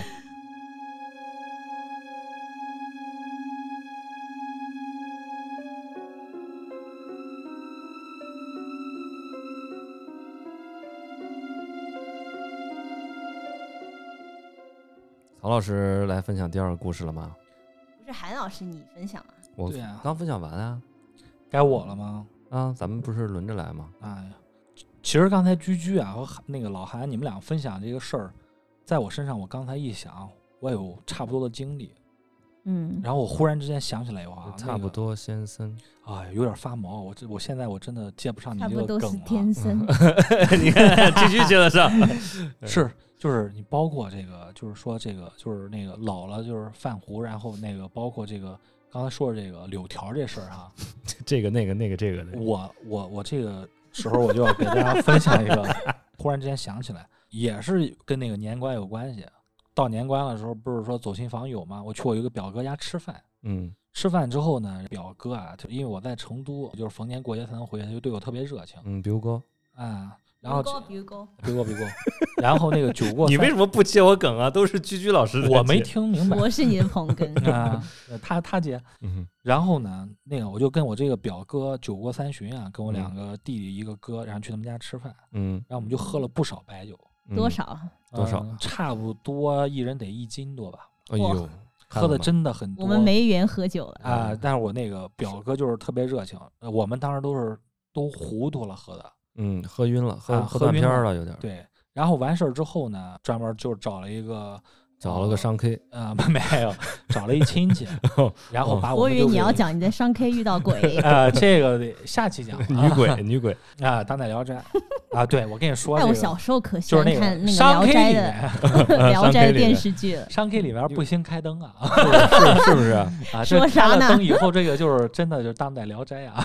曹老师来分享第二个故事了吗？ 不是韩老师你分享啊？ 我刚分享完啊。 该我了吗？ 咱们不是轮着来吗？ 哎呀，其实刚才居啊和那个老韩你们俩分享这个事儿，在我身上我刚才一想，我有差不多的经历。然后我忽然之间想起来差不多先生， 有点发毛。我现在我真的接不上你这个梗了。 差不多是天生。 你看，继续接得上。 是。就是你包括这个，就是说这个，就是那个老了就是泛糊，然后那个包括这个刚才说的这个柳条这事儿哈， 这个那个这个的， 我这个时候我就要给大家分享一个，忽然之间想起来，也是跟那个年关有关系。到年关的时候，不是说走亲访友吗？我去我一个表哥家吃饭，吃饭之后呢，表哥啊，因为我在成都，就是逢年过节才能回去，他就对我特别热情。 表哥然后比如哥， 然后那个酒过， 你为什么不接我梗啊？都是居老师， 我没听明白。 我是你的捧哏啊，他接。然后呢，那个我就跟我这个表哥酒过3巡啊，跟我2个弟弟一个哥，然后去他们家吃饭。然后我们就喝了不少白酒。 多少？ 差不多一人得1斤多吧。 哎呦， 喝的真的很多。 我们没缘喝酒了啊，但是我那个表哥就是特别热情。我们当时都糊涂了喝的。 喝晕了，喝断片了，有点。 对，然后完事儿之后呢，专门就找了个商 K， 没有，找了一亲戚，然后把我以为你要讲你在商 K 遇到鬼这个得下期讲。 女鬼啊，当代聊斋啊，对我跟你说， 我小时候可喜欢看那个聊斋的聊斋电视剧了。 商 K 里面不兴开灯啊， 是不是啊？ 说啥呢？ 灯以后这个就是真的就是当代聊斋啊。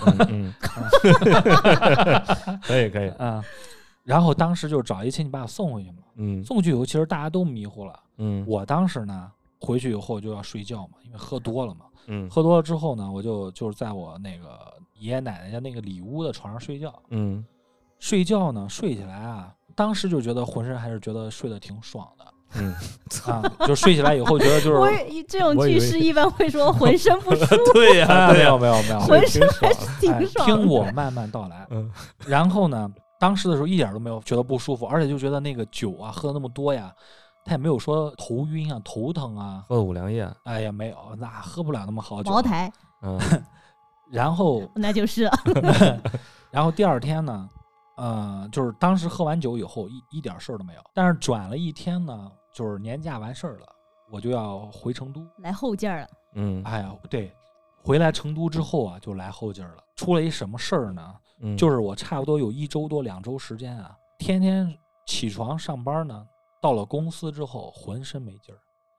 可以啊。然后当时就找一亲戚把我送回去嘛。送过去以后，其实大家都迷糊了。我当时呢回去以后就要睡觉嘛，因为喝多了嘛。喝多了之后呢，我就是在我那个爷爷奶奶家那个里屋的床上睡觉。睡觉呢，睡起来啊，当时就觉得浑身还是觉得睡得挺爽的。就睡起来以后觉得就是这种句式一般会说浑身不舒服。 对呀， 没有， 浑身还是挺爽。 听我慢慢道来。然后呢，当时的时候一点都没有觉得不舒服，而且就觉得那个酒啊喝那么多呀，他也没有说头晕啊、头疼啊。 喝5粮液？ 哎呀，没有，那喝不了那么好酒。 茅台。 然后那就是了。 然后第二天呢，就是当时喝完酒以后一点事儿都没有，但是转了一天呢，就是年假完事儿了，我就要回成都来后劲儿了。 哎呀，对，回来成都之后啊，就来后劲儿了。出了一什么事儿呢？就是我差不多有1周多2周时间啊，天天起床上班呢，到了公司之后浑身没劲儿，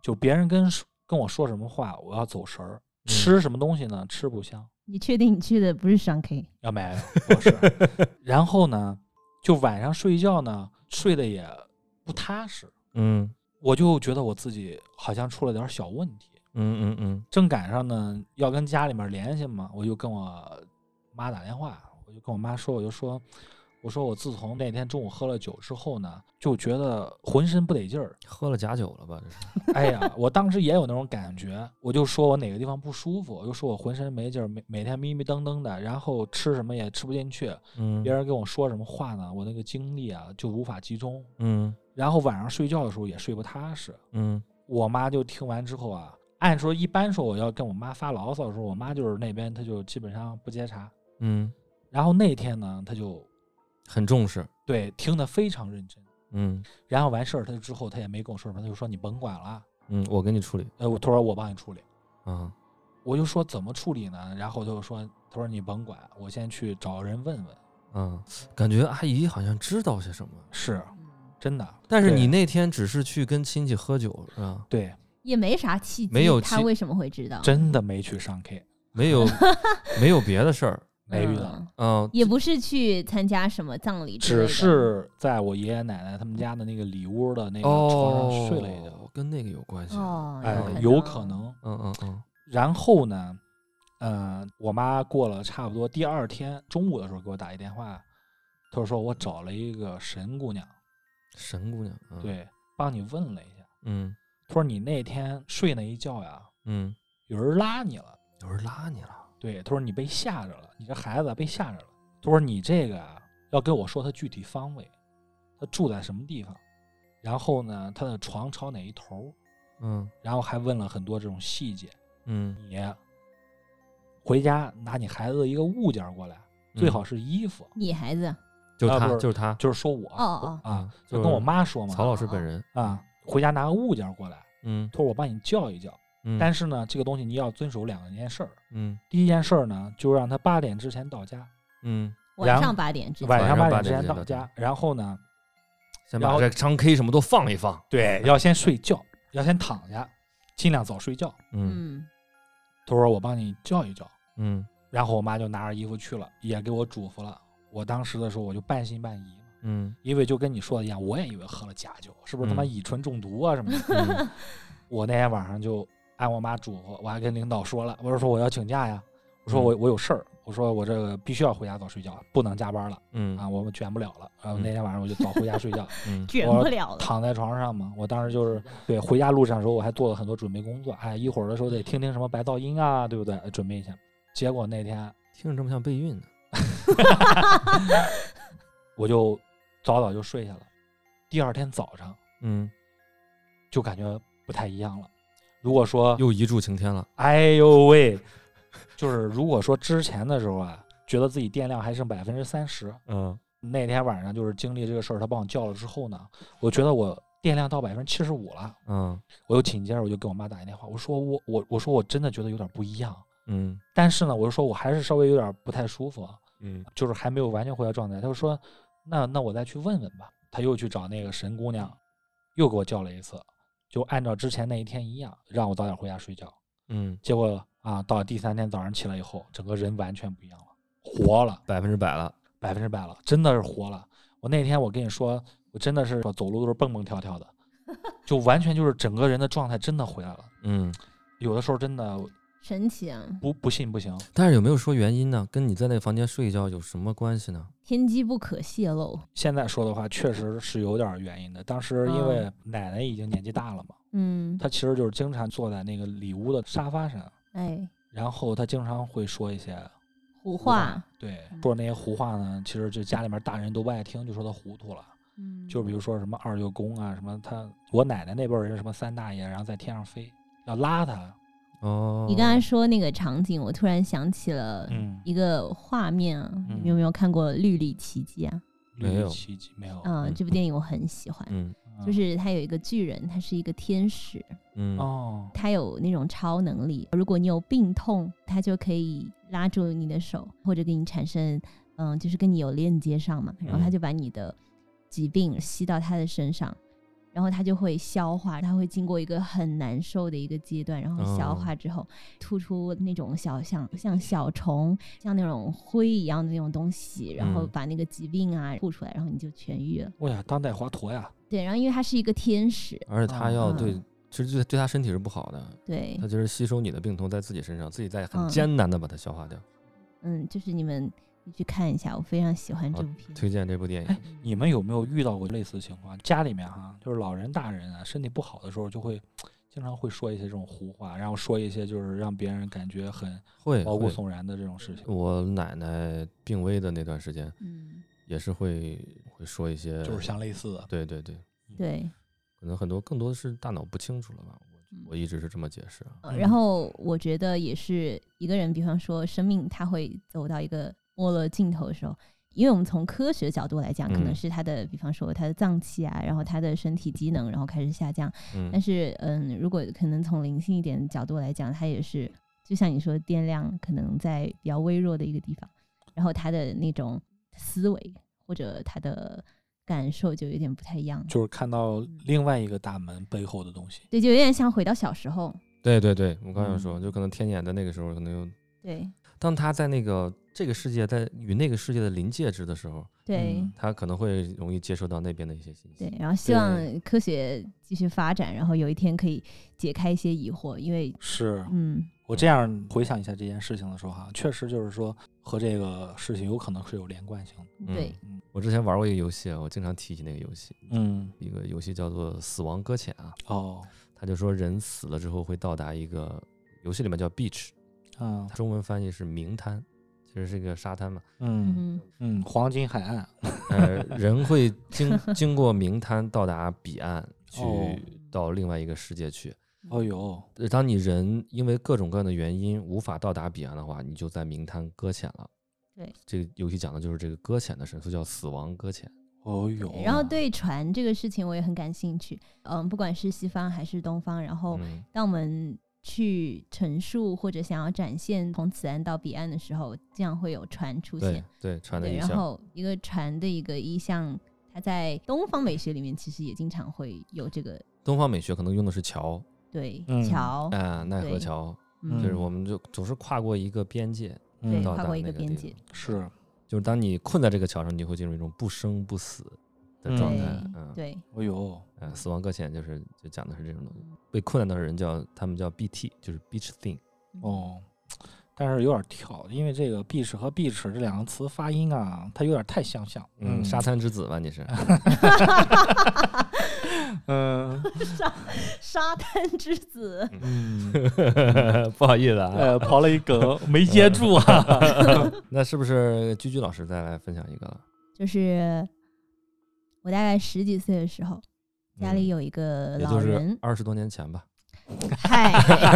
就别人跟我说什么话，我要走神儿。吃什么东西呢？吃不香。 你确定你去的不是商 K？ 没有，不是。然后呢，就晚上睡觉呢，睡得也不踏实。我就觉得我自己好像出了点小问题。正赶上呢要跟家里面联系嘛，我就跟我妈打电话，我就跟我妈说，我说我自从那天中午喝了酒之后呢，就觉得浑身不得劲儿。 喝了假酒了吧？这是。 哎呀，我当时也有那种感觉，我就说我哪个地方不舒服，我就说我浑身没劲儿，每天迷迷瞪瞪的，然后吃什么也吃不进去。别人跟我说什么话呢，我那个精力啊就无法集中。然后晚上睡觉的时候也睡不踏实。我妈就听完之后啊，按说一般说我要跟我妈发牢骚的时候，我妈就是那边她就基本上不接茬。然后那天呢，她就很重视， 对，听得非常认真。然后完事儿，他之后他也没跟我说什么，他就说你甭管了， 我给你处理。 他说我帮你处理。 我就说怎么处理呢？然后他就说，他说你甭管，我先去找人问问。感觉阿姨好像知道些什么， 是真的。 但是你那天只是去跟亲戚喝酒，是吧？ 对， 也没啥契机， 没有他为什么会知道？ 真的没去上 K， 没有别的事儿。 没遇到。 也不是去参加什么葬礼之类的， 只是在我爷爷奶奶他们家的那个里屋的那个床上睡了一觉。 跟那个有关系。 有可能。然后呢，我妈过了差不多第二天中午的时候给我打一电话，她说我找了一个神姑娘。 神姑娘。 对，帮你问了一下。她说你那天睡那一觉呀，有人拉你了。 有人拉你了。 对，他说你被吓着了，你这孩子被吓着了。他说你这个要跟我说他具体方位，他住在什么地方，然后呢他的床朝哪一头，然后还问了很多这种细节。你回家拿你孩子的一个物件过来，最好是衣服。 你孩子就是他， 就是说我就跟我妈说嘛， 曹老师本人回家拿个物件过来。他说我帮你叫一叫。但是呢，这个东西你要遵守2件事儿。第一件事儿呢，就让他8点之前到家。 晚上8点之前。 晚上8点之前到家，然后呢， 先把这唱 K 什么都放一放。 对，要先睡觉，要先躺下，尽量早睡觉。他说我帮你叫一叫。然后我妈就拿着衣服去了，也给我嘱咐了。我当时的时候我就半信半疑。因为就跟你说的一样，我也以为喝了假酒，是不是他妈乙醇中毒啊什么的。我那天晚上就按我妈嘱咐，我还跟领导说了，我说我要请假呀，我说我有事儿，我说我这个必须要回家早睡觉，不能加班了。我们卷不了了。然后那天晚上我就早回家睡觉。 卷不了了， 躺在床上嘛。我当时就是对回家路上的时候，我还做了很多准备工作。一会儿的时候得听听什么白噪音啊，对不对？准备一下。结果那天听着这么像备孕呢。 我就早就睡下了。第二天早上，就感觉不太一样了。如果说又一柱擎天了， 哎呦喂，就是如果说之前的时候啊，觉得自己电量还剩30%，那天晚上就是经历这个事儿，他帮我叫了之后呢，我觉得我电量到75%了，我又紧接着我就给我妈打一电话，我说我真的觉得有点不一样，但是呢，我就说我还是稍微有点不太舒服，就是还没有完全回到状态。他就说那我再去问问吧，他又去找那个神姑娘，又给我叫了一次。就按照之前那一天一样，让我早点回家睡觉。结果到了第3天早上起来以后，整个人完全不一样了，活了 ，100%了 ，100%了，真的是活了。我那天我跟你说，我真的是走路都是蹦蹦跳跳的，就完全就是整个人的状态真的回来了。有的时候真的神奇啊！ 不信不行。 但是有没有说原因呢？跟你在那个房间睡一觉有什么关系呢？ 天机不可泄露。 现在说的话确实是有点原因的。当时因为奶奶已经年纪大了嘛，她其实就是经常坐在那个里屋的沙发上，然后她经常会说一些胡话。 对，说那些胡话呢，其实就家里面大人都不爱听，就说她糊涂了。就比如说什么2舅公啊，什么我奶奶那辈人什么3大爷，然后在天上飞，要拉她。 你刚才说那个场景，我突然想起了一个画面啊，你有没有看过《绿里奇迹》啊？ 没有， 奇迹没有。 这部电影我很喜欢。就是他有一个巨人，他是一个天使。他有那种超能力，如果你有病痛，他就可以拉住你的手，或者给你产生就是跟你有链接上嘛，然后他就把你的疾病吸到他的身上。 然后它就会消化，它会经过一个很难受的一个阶段，然后消化之后吐出那种像小虫，像那种灰一样的那种东西，然后把那个疾病啊吐出来，然后你就痊愈了。 哇呀，当代华佗呀！ 对，然后因为它是一个天使， 而且它要其实对他身体是不好的， 对， 他就是吸收你的病痛在自己身上，自己在很艰难的把它消化掉。 就是你们去看一下，我非常喜欢这部片， 推荐这部电影。 你们有没有遇到过类似情况？家里面就是老人大人啊，身体不好的时候就会经常会说一些这种胡话，然后说一些就是让别人感觉很毛骨悚然的这种事情。 我奶奶病危的那段时间，也是会说一些， 就是像类似的。 对，可能更多的是大脑不清楚了吧。我一直是这么解释。 然后我觉得也是一个人，比方说生命他会走到一个没落尽头的时候，因为我们从科学角度来讲，可能是他的比方说他的脏器啊，然后他的身体机能然后开始下降。但是如果可能从灵性一点的角度来讲，他也是就像你说电量可能在比较微弱的一个地方，然后他的那种思维或者他的感受就有点不太一样， 就是看到另外一个大门背后的东西。 对，就有点像回到小时候。 对，我刚才说，就可能天眼的那个时候，可能有对， 当他在这个世界在与那个世界的临界值的时候， 对， 他可能会容易接收到那边的一些信息。 对，然后希望科学继续发展，然后有一天可以解开一些疑惑，因为是我这样回想一下这件事情的时候确实就是说和这个事情有可能是有连贯性的。 对， 我之前玩过一个游戏，我经常提起那个游戏，一个游戏叫做《死亡搁浅》他就说人死了之后会到达一个游戏里面叫 beach，中文翻译是冥滩，其实是一个沙滩嘛， 黄金海岸， 人会经过冥滩到达彼岸，去到另外一个世界去。当你人因为各种各样的原因无法到达彼岸的话，你就在冥滩搁浅了。 对， 这个游戏讲的就是这个搁浅的神速，叫死亡搁浅。 然后对船这个事情我也很感兴趣，不管是西方还是东方，然后当我们去陈述或者想要展现从此岸到彼岸的时候，这样会有船出现。 对，船的意象。 然后一个船的一个意象，它在东方美学里面其实也经常会有这个。 东方美学可能用的是桥， 对，桥奈何桥，就是我们就总是跨过一一界， 对，跨过一个边界， 是。 就是当你困在这个桥上，你会进入一种不生不死的状态。 对， 死亡搁浅就讲的是这种东西。被困在的人他们叫 BT， 就是 beach thing。 但是有点跳，因为这个 beach 和 beach 这两个词发音它有点太相像。 沙滩之子吧，你是？ 沙滩之子。 不好意思刨了一梗没接住那是不是居居老师再来分享一个了？ 就是我大概10几岁的时候，家里有一个老人， 也就是20多年前吧。 嗨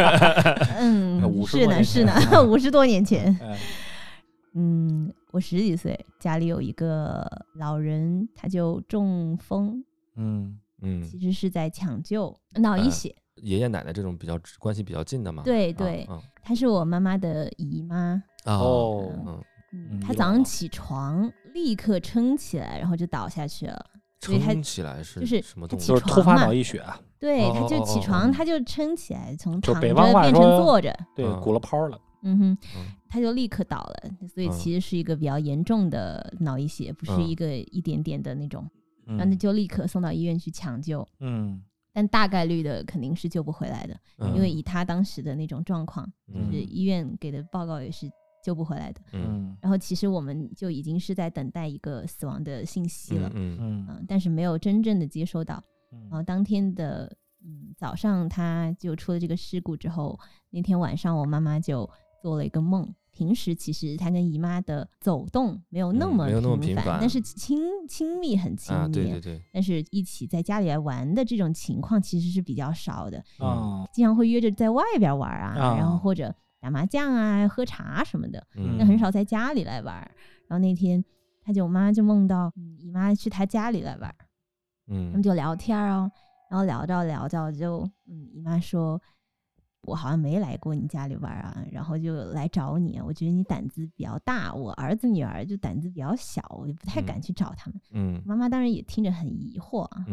是呢50多年前。我10几岁，家里有一个老人，他就中风，其实是在抢救脑溢血。 爷爷奶奶这种关系比较近的嘛。 对，她是我妈妈的姨妈。她早上起床立刻撑起来，然后就倒下去了。 撑起来是什么动作？ 就是突发脑溢血。 对，他就起床，他就撑起来，从躺着变成坐着， 对，鼓了泡了。 他就立刻倒了，所以其实是一个比较严重的脑溢血，不是一点点的那种。然后就立刻送到医院去抢救。但大概率的肯定是救不回来的，因为以他当时的那种状况，就是医院给的报告也是救不回来的。然后其实我们就已经是在等待一个死亡的信息了，但是没有真正的接收到。然后当天的早上他就出了这个事故之后，那天晚上我妈妈就做了一个梦。平时其实他跟姨妈的走动没有那么频繁，但是亲密很亲密， 对。 但是一起在家里来玩的这种情况其实是比较少的。经常会约着在外边玩然后或者打麻将喝茶什么的，但很少在家里来玩。然后那天我妈就梦到姨妈去她家里来玩，他们就聊天然后聊着就姨妈说，我好像没来过你家里玩然后就来找你，我觉得你胆子比较大，我儿子女儿就胆子比较小，我就不太敢去找他们。妈妈当然也听着很疑惑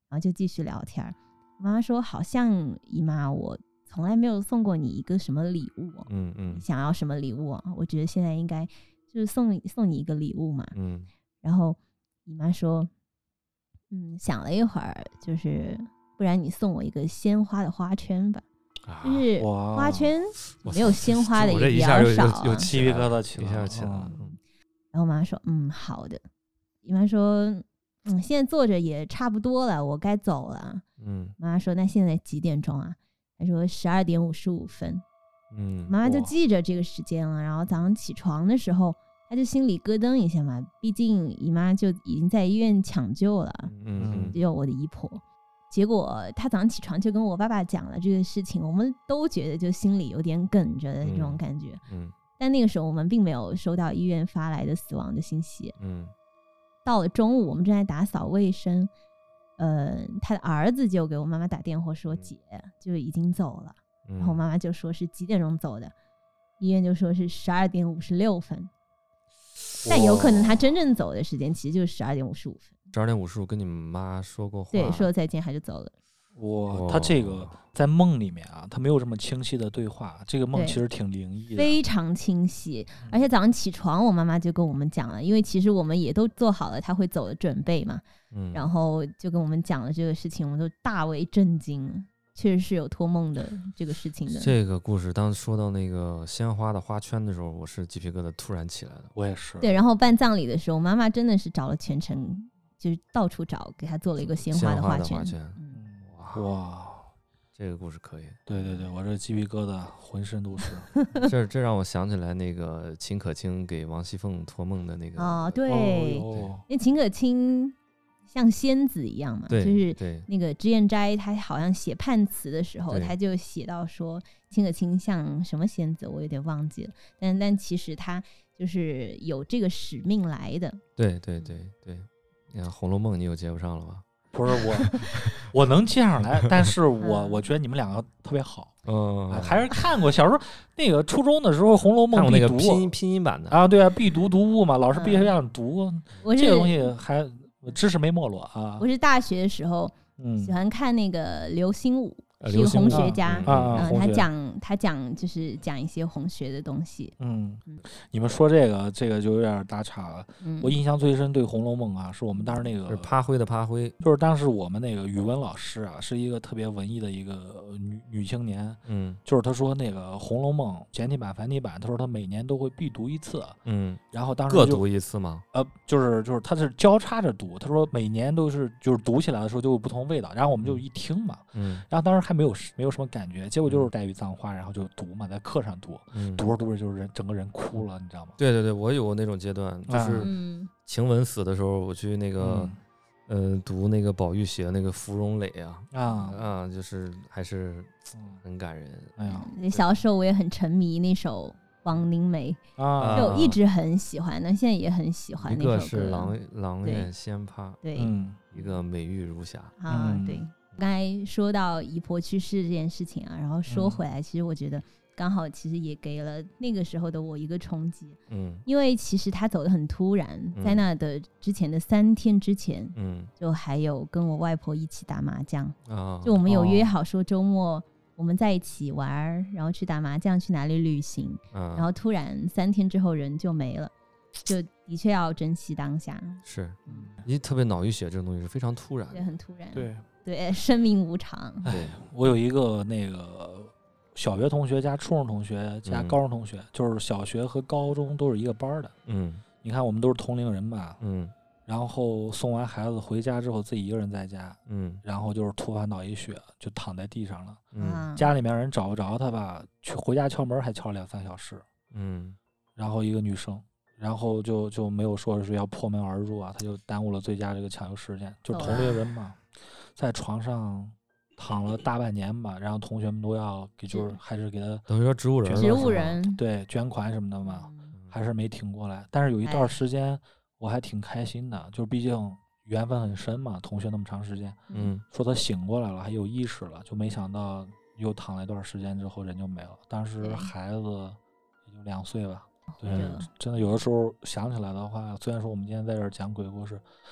然后就继续聊天。妈妈说好像姨妈我从来没有送过你一个什么礼物，你想要什么礼物啊？我觉得现在应该就是送你一个礼物嘛。然后姨妈说想了一会儿，就是不然你送我一个鲜花的花圈吧。就是花圈没有鲜花的也比较少， 有鸡皮疙瘩起来了。 然后妈妈说好的。姨妈说现在坐着也差不多了，我该走了。妈妈说那现在几点钟啊？她说12点55分。妈妈就记着这个时间了。然后早上起床的时候，她就心里咯噔一下嘛，毕竟姨妈就已经在医院抢救了。只有我的姨婆。结果她早上起床就跟我爸爸讲了这个事情，我们都觉得就心里有点梗着的这种感觉。但那个时候我们并没有收到医院发来的死亡的信息。到了中午，我们正在打扫卫生，他的儿子就给我妈妈打电话说姐就已经走了。然后妈妈就说是几点钟走的，医院就说是12点56分。但有可能他真正走的时间其实就是12点55分。 12点55跟你妈说过话？ 对，说了再见他就走了。 他这个在梦里面啊，他没有这么清晰的对话，这个梦其实挺灵异的， 非常清晰。而且早上起床我妈妈就跟我们讲了，因为其实我们也都做好了他会走的准备嘛。然后就跟我们讲了这个事情，我们都大为震惊，确实是有托梦的这个事情的。 这个故事当说到那个鲜花的花圈的时候，我是鸡皮疙瘩突然起来了。 我也是。 对，然后办葬礼的时候，妈妈真的是找了全程，就是到处找，给他做了一个鲜花的花圈。 哇，这个故事可以。 对对对，我这鸡皮疙瘩浑身都是。 这让我想起来那个秦可卿给王熙凤托梦的那个。 对，因为秦可卿像仙子一样嘛，就是那个脂砚斋他好像写判词的时候，他就写到说秦可卿像什么仙子，我有点忘记了，但其实他就是有这个使命来的。 对对对对，你看《红楼梦》你有接不上了吧？ 不是我能接上来，但是我觉得你们两个特别好。还是看过小时候那个初中的时候《红楼梦》必读， 那个拼音版的啊，对啊，必读读物嘛，老师必须让你读。这个东西还知识没没落啊。 我是大学的时候喜欢看那个刘心武，是一个红学家，他讲就是讲一些红学的东西。 你们说这个就有点打岔了。我印象最深对《红楼梦》啊，是我们当时那个是趴灰的趴灰， 就是当时我们那个语文老师啊，是一个特别文艺的一个女青年。就是她说那个《红楼梦》简体版、繁体版，她说她每年都会必读一次。然后当时各读一次吗？ 就是她是交叉着读。她说每年都是就是读起来的时候就有不同味道，然后我们就一听嘛，然后当时还没有什么感觉，结果就是黛玉葬花，然后就读嘛，在课上读，读着读着就是整个人哭了，你知道吗？ 对对对，我有过那种阶段，就是晴雯死的时候，我去那个读那个宝玉写的那个《芙蓉蕾》就是还是很感人。 哎呀， 小时候我也很沉迷那首《王凝眉》就一直很喜欢，那现在也很喜欢那首歌。 一个是阆苑仙葩， 对， 一个美玉如霞对。刚才说到姨婆去世这件事情啊，然后说回来，其实我觉得刚好其实也给了那个时候的我一个冲击。因为其实他走得很突然，在那的之前的3天之前，就还有跟我外婆一起打麻将。就我们有约好说周末我们在一起玩，然后去打麻将，去哪里旅行，然后突然3天之后人就没了，就的确要珍惜当下。 是，你特别脑溢血这种东西是非常突然的， 对，很突然。 对， 生命无常。 对，我有一个那个小学同学加初中同学加高中同学，就是小学和高中都是一个班的。你看我们都是同龄人吧。然后送完孩子回家之后，自己一个人在家。然后就是突发脑溢血，就躺在地上了。家里面人找不着他吧，去回家敲门还敲了2-3小时。然后一个女生。然后就没有说是要破门而入啊，他就耽误了最佳这个抢救时间，就同龄人嘛，在床上躺了大半年吧，然后同学们都要给，就是还是给他等于说植物人对捐款什么的嘛，还是没挺过来。但是有一段时间我还挺开心的，就是毕竟缘分很深嘛，同学那么长时间，说他醒过来了，还有意识了，就没想到又躺了一段时间之后人就没了。当时孩子也就2岁吧。对，真的有的时候想起来的话，虽然说我们今天在这儿讲鬼故事，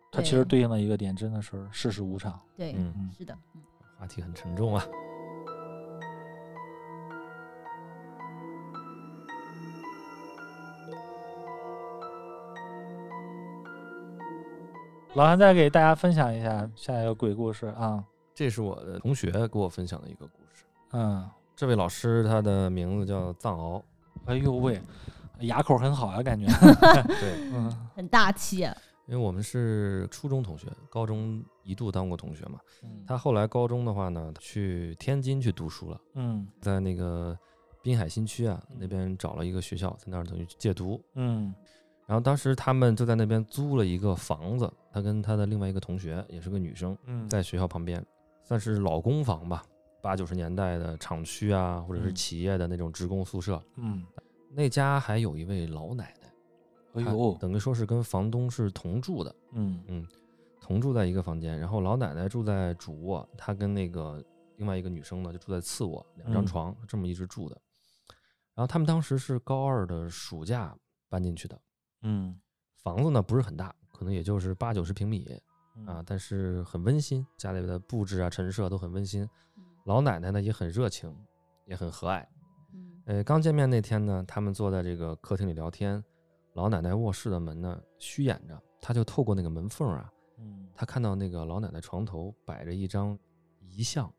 它其实对应的一个点真的是世事无常。 对，是的。 话题很沉重啊。 老韩再给大家分享一下下一个鬼故事啊。 这是我的同学给我分享的一个故事。 这位老师他的名字叫藏獒。 哎呦喂，牙口很好啊，感觉。 对， 很大气啊。 因为我们是初中同学，高中一度当过同学嘛。他后来高中的话呢，去天津去读书了。在那个滨海新区啊，那边找了一个学校，在那儿等于借读。然后当时他们就在那边租了一个房子，他跟他的另外一个同学也是个女生，在学校旁边，算是老工房吧，80、90年代的厂区啊，或者是企业的那种职工宿舍。那家还有一位老奶奶，等于说是跟房东是同住的。同住在一个房间，然后老奶奶住在主卧，她跟那个另外一个女生呢就住在次卧，2张床，这么一直住的。然后他们当时是高2的暑假搬进去的。房子呢不是很大，可能也就是80、90平米啊，但是很温馨，家里的布置啊、陈设都很温馨。老奶奶呢也很热情，也很和蔼。刚见面那天呢，他们坐在这个客厅里聊天，老奶奶卧室的门呢虚掩着，他就透过那个门缝啊，他看到那个老奶奶床头摆着一张遗像。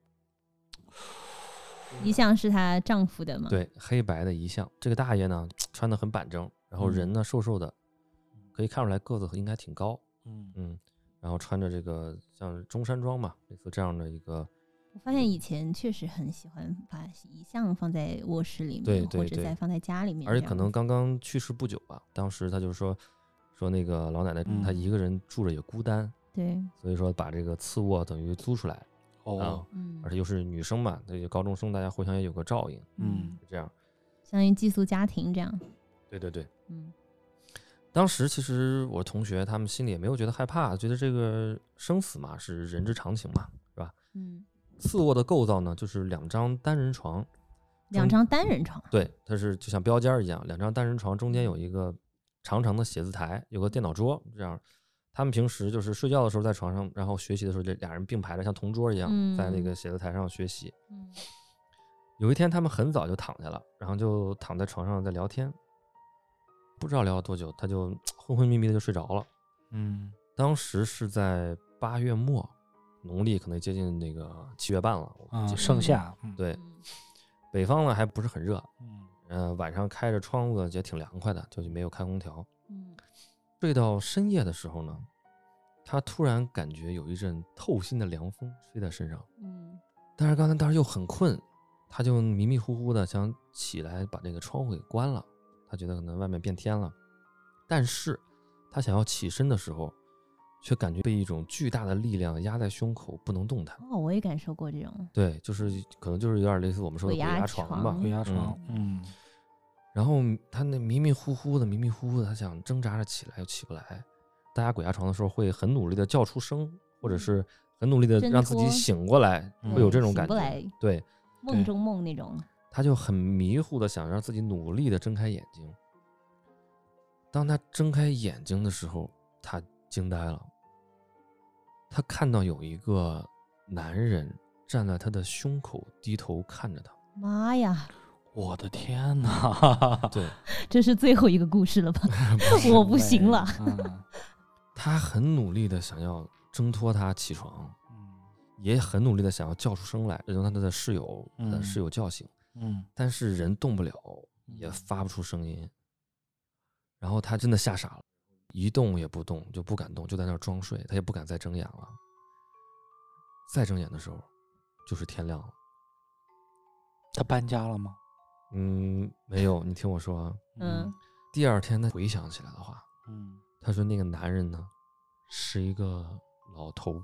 遗像是她丈夫的吗？ 对，黑白的遗像。这个大爷呢穿得很板正，然后人呢瘦瘦的，可以看出来个子应该挺高。然后穿着这个像中山装嘛，类似这样的一个。 我发现以前确实很喜欢把遗像放在卧室里面， 对， 或者再放在家里面， 而且可能刚刚去世不久吧。当时他就说那个老奶奶她一个人住着也孤单， 对， 所以说把这个次卧等于租出来。而且又是女生嘛，这个高中生，大家互相也有个照应。这样相当于寄宿家庭这样。 对。当时其实我同学他们心里也没有觉得害怕，觉得这个生死嘛是人之常情嘛，是吧？次卧的构造呢，就是2张单人床。 2张单人床？ 对，它是就像标间一样，2张单人床中间有一个长长的写字台，有个电脑桌，这样。他们平时就是睡觉的时候在床上，然后学习的时候这俩人并排着，像同桌一样，在那个写字台上学习。有一天他们很早就躺下了，然后就躺在床上在聊天，不知道聊了多久，他就昏昏迷迷的就睡着了。当时是在8月末，农历可能接近那个7月半了， 盛夏。 对，北方呢还不是很热，晚上开着窗子也挺凉快的，就没有开空调。睡到深夜的时候呢，他突然感觉有一阵透心的凉风吹在身上。但是当时又很困，他就迷迷糊糊的想起来把这个窗户给关了，他觉得可能外面变天了。但是他想要起身的时候，却感觉被一种巨大的力量压在胸口，不能动弹。 我也感受过这种。 对，就是可能就是有点类似我们说的鬼压床吧。 鬼压床。 然后他那迷迷糊糊的，他想挣扎着起来又起不来。大家鬼压床的时候会很努力的叫出声，或者是很努力的让自己醒过来，会有这种感觉。对， 梦中梦那种。 他就很迷糊的想让自己努力的睁开眼睛。当他睁开眼睛的时候，他惊呆了。他看到有一个男人站在他的胸口，低头看着他。 妈呀！ 我的天哪！ 对， 这是最后一个故事了吧？我不行了。 他很努力的想要挣脱他起床，也很努力的想要叫出声来，让他的室友叫醒。但是人动不了，也发不出声音。然后他真的吓傻了，一动也不动，就不敢动，就在那儿装睡，他也不敢再睁眼了。再睁眼的时候，就是天亮了。 他搬家了吗？ 没有，你听我说啊。第二天他回想起来的话，他说那个男人呢是一个老头，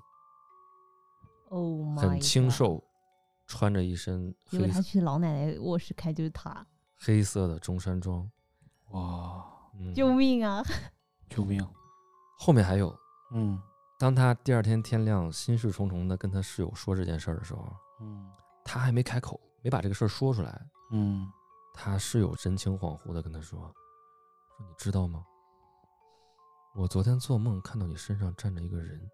很清瘦，穿着一身因为他去老奶奶卧室开就是他黑色的中山装。 哇， 救命啊！ 救命！ 后面还有，当他第二天天亮，心事重重的跟他室友说这件事的时候，他还没开口，没把这个事儿说出来。他室友神情恍惚的跟他说你知道吗？ 我昨天做梦看到你身上站着一个人。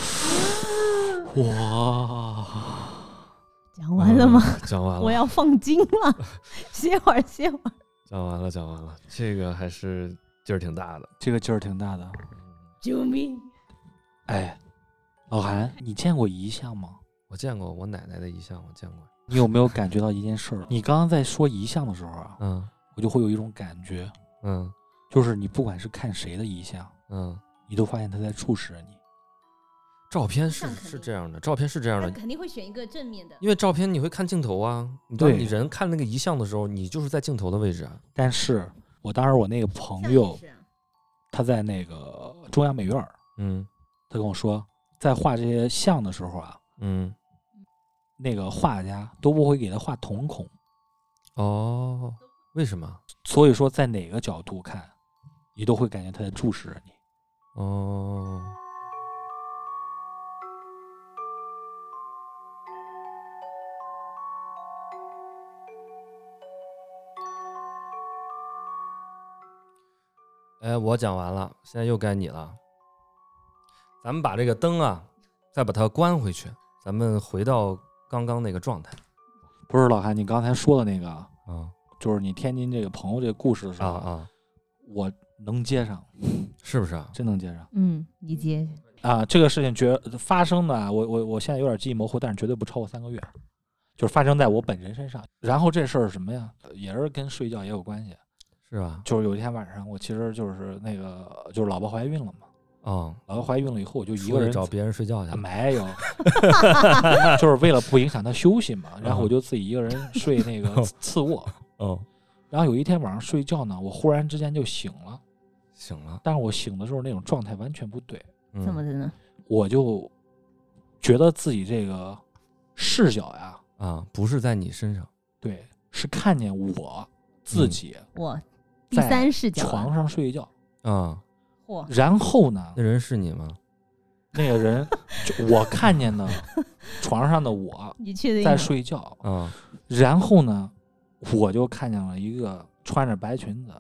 哇， 讲完了吗？ 讲完了， 我要放精了，歇会儿。 讲完了，这个还是劲儿挺大的， 这个劲儿挺大的。 救命！ 哎，老韩，你见过遗像吗？ 我见过我奶奶的遗像，我见过。 你有没有感觉到一件事儿？你刚刚在说遗像的时候啊，我就会有一种感觉，就是你不管是看谁的遗像，你都发现他在注视着你。 照片是这样的，照片是这样的， 肯定会选一个正面的， 因为照片你会看镜头啊。当你人看那个遗像的时候，你就是在镜头的位置啊。 但是我当时我那个朋友，他在那个中央美院，他跟我说，在画这些像的时候啊，那个画家都不会给他画瞳孔。 哦，为什么？ 所以说，在哪个角度看，你都会感觉他在注视着你。 哦。哎，我讲完了，现在又该你了。咱们把这个灯啊，再把它关回去，咱们回到刚刚那个状态。 不是老韩，你刚才说的那个，就是你天津这个朋友这个故事的时候，我能接上， 是不是啊？ 真能接上。 你接啊，这个事情发生的，我现在有点记忆模糊，但是绝对不超过3个月，就是发生在我本人身上。然后这事儿什么呀，也是跟睡觉也有关系。是吧？就是有一天晚上，我其实就是那个，就是老婆怀孕了嘛。老婆怀孕了以后，我就一个人找别人睡觉去。 没有，就是为了不影响她休息嘛。然后我就自己一个人睡那个次卧。然后有一天晚上睡觉呢，我忽然之间就醒了。但是我醒的时候那种状态完全不对。 怎么的呢？ 我就觉得自己这个视角呀， 不是在你身上， 对，是看见我自己。 我。第三视角， 床上睡觉然后呢？ 那人是你吗？ 那个人，我看见的床上的我在睡觉然后呢，我就看见了一个穿着白裙子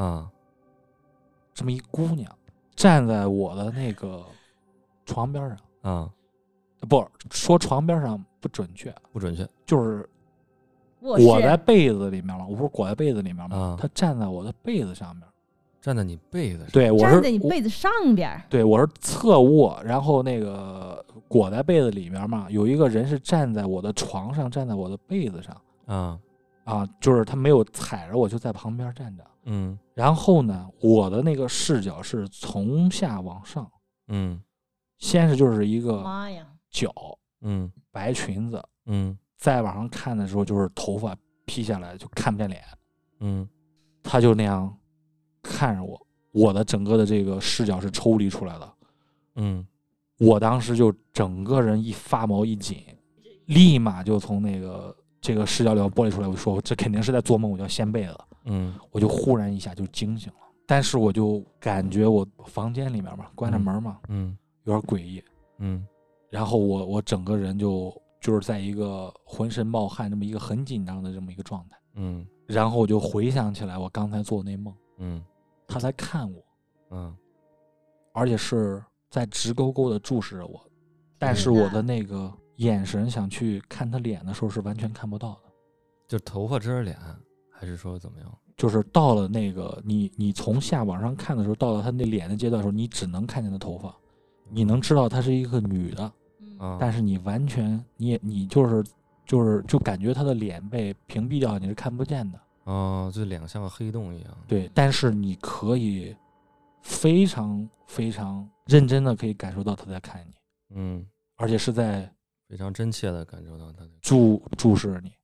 这么一姑娘站在我的那个床边上不说床边上不准确，就是裹在被子里面了，我不是裹在被子里面吗？他站在我的被子上面， 站在你被子上， 对，我是站在你被子上边， 对，我是侧卧，然后那个裹在被子里面嘛，有一个人是站在我的床上，站在我的被子上，就是他没有踩着我，就在旁边站着，然后呢，我的那个视角是从下往上，先是就是一个脚，白裙子，再往上看的时候，就是头发披下来就看不见脸，他就那样看着我，我的整个的这个视角是抽离出来的，我当时就整个人一发毛一紧，立马就从这个视角里剥离出来，我就说这肯定是在做梦，我就要掀被子，我就忽然一下就惊醒了，但是我就感觉我房间里面嘛，关着门嘛，有点诡异，然后我整个人就是在一个浑身冒汗这么一个很紧张的这么一个状态，然后我就回想起来我刚才做那梦，他在看我，而且是在直勾勾的注视着我，但是我的那个眼神想去看他脸的时候是完全看不到的， 就头发遮着脸，还是说怎么样？ 就是到了那个你从下往上看的时候，到了他那脸的阶段的时候，你只能看见他头发，你能知道她是一个女的。但是你完全你就感觉他的脸被屏蔽掉，你是看不见的。 就脸像个黑洞一样。 对，但是你可以非常非常认真的可以感受到他在看你，而且是在非常真切的感受到他的注视你，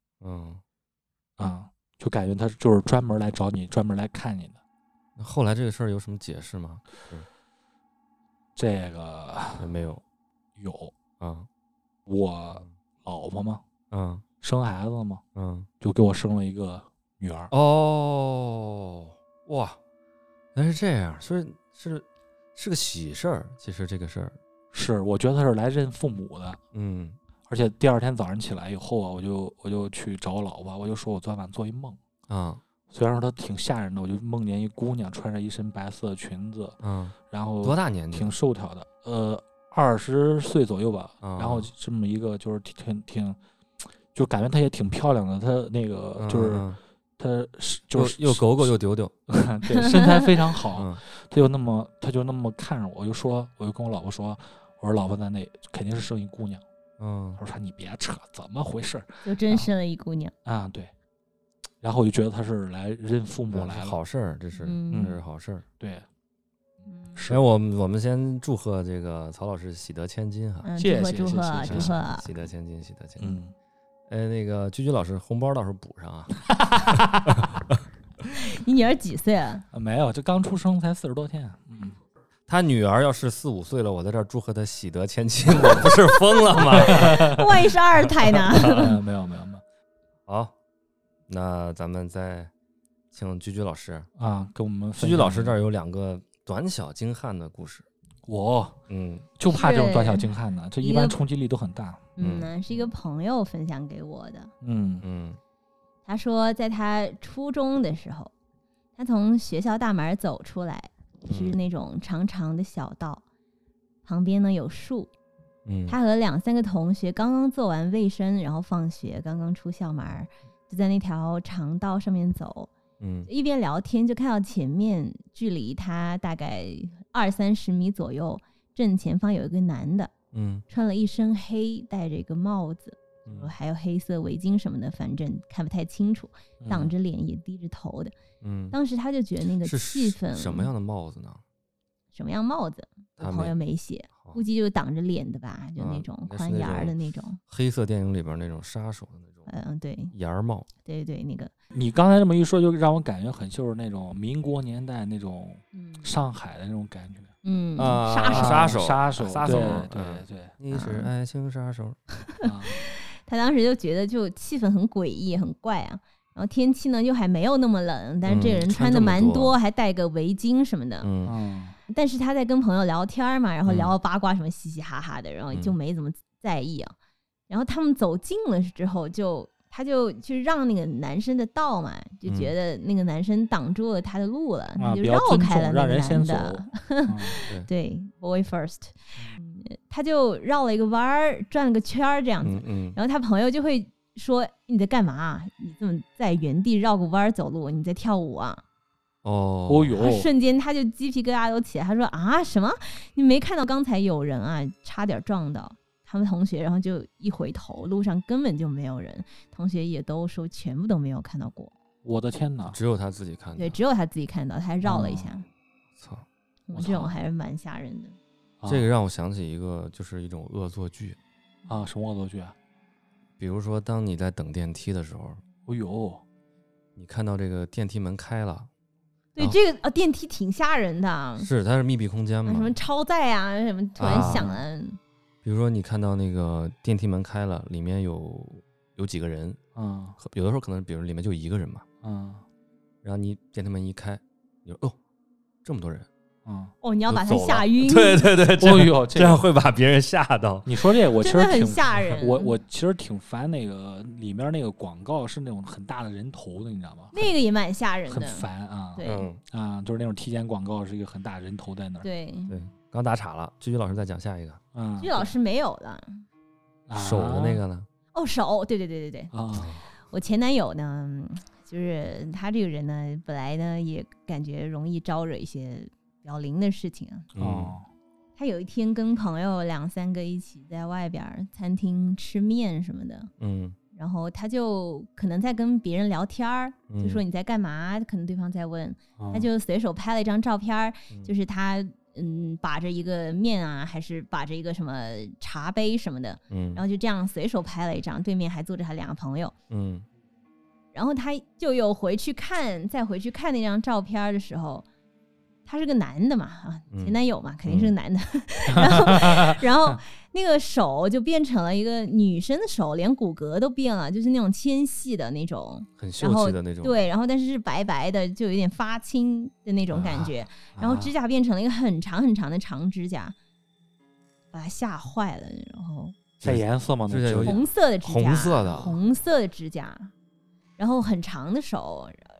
就感觉他就是专门来找你，专门来看你的。 那后来这个事儿有什么解释吗？ 这个没有。 有。我老婆嘛，生孩子嘛，就给我生了一个女儿。 哇，原来是这样，所以是个喜事儿。其实这个事儿是，我觉得他是来认父母的。而且第二天早上起来以后啊，我就去找我老婆，我就说我昨晚做一梦虽然说他挺吓人的，我就梦见一姑娘穿着一身白色的裙子，然后多大年纪？ 挺瘦条的，20岁左右吧，然后这么一个就是挺就感觉她也挺漂亮的，她那个就是她就是又狗狗又丢丢， 对，身材非常好，她就那么看着我，我就跟我老婆说，我说老婆，咱那肯定是生一姑娘。他说你别扯，怎么回事？ 就真生了一姑娘啊，对。然后我就觉得他是来认父母来了， 好事儿，这是好事儿。 对， 是。我们先祝贺这个曹老师喜得千金哈， 谢谢， 祝贺， 喜得千金，喜得千金。那个居居老师红包到时候补上啊。 你女儿几岁啊？ 没有，这刚出生才40多天。 他女儿要是4、5岁了，我在这儿祝贺他喜得千金，我不是疯了吗？ 万一是2胎呢？ 没有。 好，那咱们再请居居老师啊，跟我们居居老师这儿有2个短小精悍的故事。 就怕这种短小精悍的，这一般冲击力都很大。 是一个朋友分享给我的。 他说在他初中的时候，他从学校大门走出来。是那种长长的小道，旁边呢有树。他和2、3个同学刚刚做完卫生，然后放学，刚刚出校门，就在那条长道上面走。一边聊天，就看到前面距离他大概20-30米左右，正前方有一个男的，穿了一身黑，戴着一个帽子，还有黑色围巾什么的，反正看不太清楚，挡着脸也低着头的。当时他就觉得那个气氛， 什么样的帽子呢？ 什么样帽子？我朋友没写，估计就挡着脸的吧，就那种宽檐的那种。 黑色电影里边那种杀手的那种， 对， 檐帽。 对，那个。 你刚才这么一说，就让我感觉很就是那种民国年代那种上海的那种感觉。 杀手， 对， 你是爱情杀手。 他当时就觉得就气氛很诡异，很怪啊。然后天气呢又还没有那么冷，但是这人穿的蛮多，还戴个围巾什么的。但是他在跟朋友聊天嘛，然后聊八卦什么嘻嘻哈哈的，然后就没怎么在意啊。然后他们走近了之后，他就去让那个男生的道嘛，就觉得那个男生挡住了他的路了，他就绕开了那个男的。对 ，boy first。他就绕了一个弯儿，转了个圈儿这样子。然后他朋友就会说：“你在干嘛？你怎么在原地绕个弯走路？你在跳舞啊？”瞬间他就鸡皮疙瘩都起来。他说：“啊，什么？你没看到刚才有人啊，差点撞到他们同学。”然后就一回头，路上根本就没有人，同学也都说全部都没有看到过。 我的天哪！ 只有他自己看到。 对，只有他自己看到，他还绕了一下。 操！ 这种还是蛮吓人的。 这个让我想起一个，就是一种恶作剧啊。什么恶作剧啊？ 比如说，当你在等电梯的时候，你看到这个电梯门开了。 对，这个电梯挺吓人的。 是，它是密闭空间嘛？ 什么超载啊，什么突然响了。 比如说，你看到那个电梯门开了，里面有几个人，有的时候可能，比如里面就1个人嘛，然后你电梯门一开，你说这么多人。 你要把他吓晕。 对，这样会把别人吓到。 你说这我其实很吓人。 我其实挺烦那个里面那个广告是那种很大的人头的，你知道吗？ 那个也蛮吓人的， 很烦啊。 对， 就是那种体检广告是一个很大人头在那儿。 对， 刚打岔了，居居老师再讲下一个。 居居老师没有了。 手的那个呢？ 手，对。我前男友呢，就是他这个人呢，本来呢也感觉容易招惹一些比较灵的事情啊。他有一天跟朋友2、3个一起在外边餐厅吃面什么的，然后他就可能在跟别人聊天就说你在干嘛，可能对方在问，他就随手拍了一张照片，就是他把着一个面啊，还是把着一个什么茶杯什么的，然后就这样随手拍了一张，对面还坐着他2个朋友，然后他就有再回去看那张照片的时候。他是个男的嘛，前男友嘛，肯定是个男的。然后那个手就变成了一个女生的手，连骨骼都变了，就是那种纤细的那种， 很秀气的那种。 对，然后但是是白白的，就有点发青的那种感觉。然后指甲变成了一个很长很长的长指甲，把他吓坏了。然后带颜色吗？ 红色的指甲， 红色的指甲， 然后很长的手。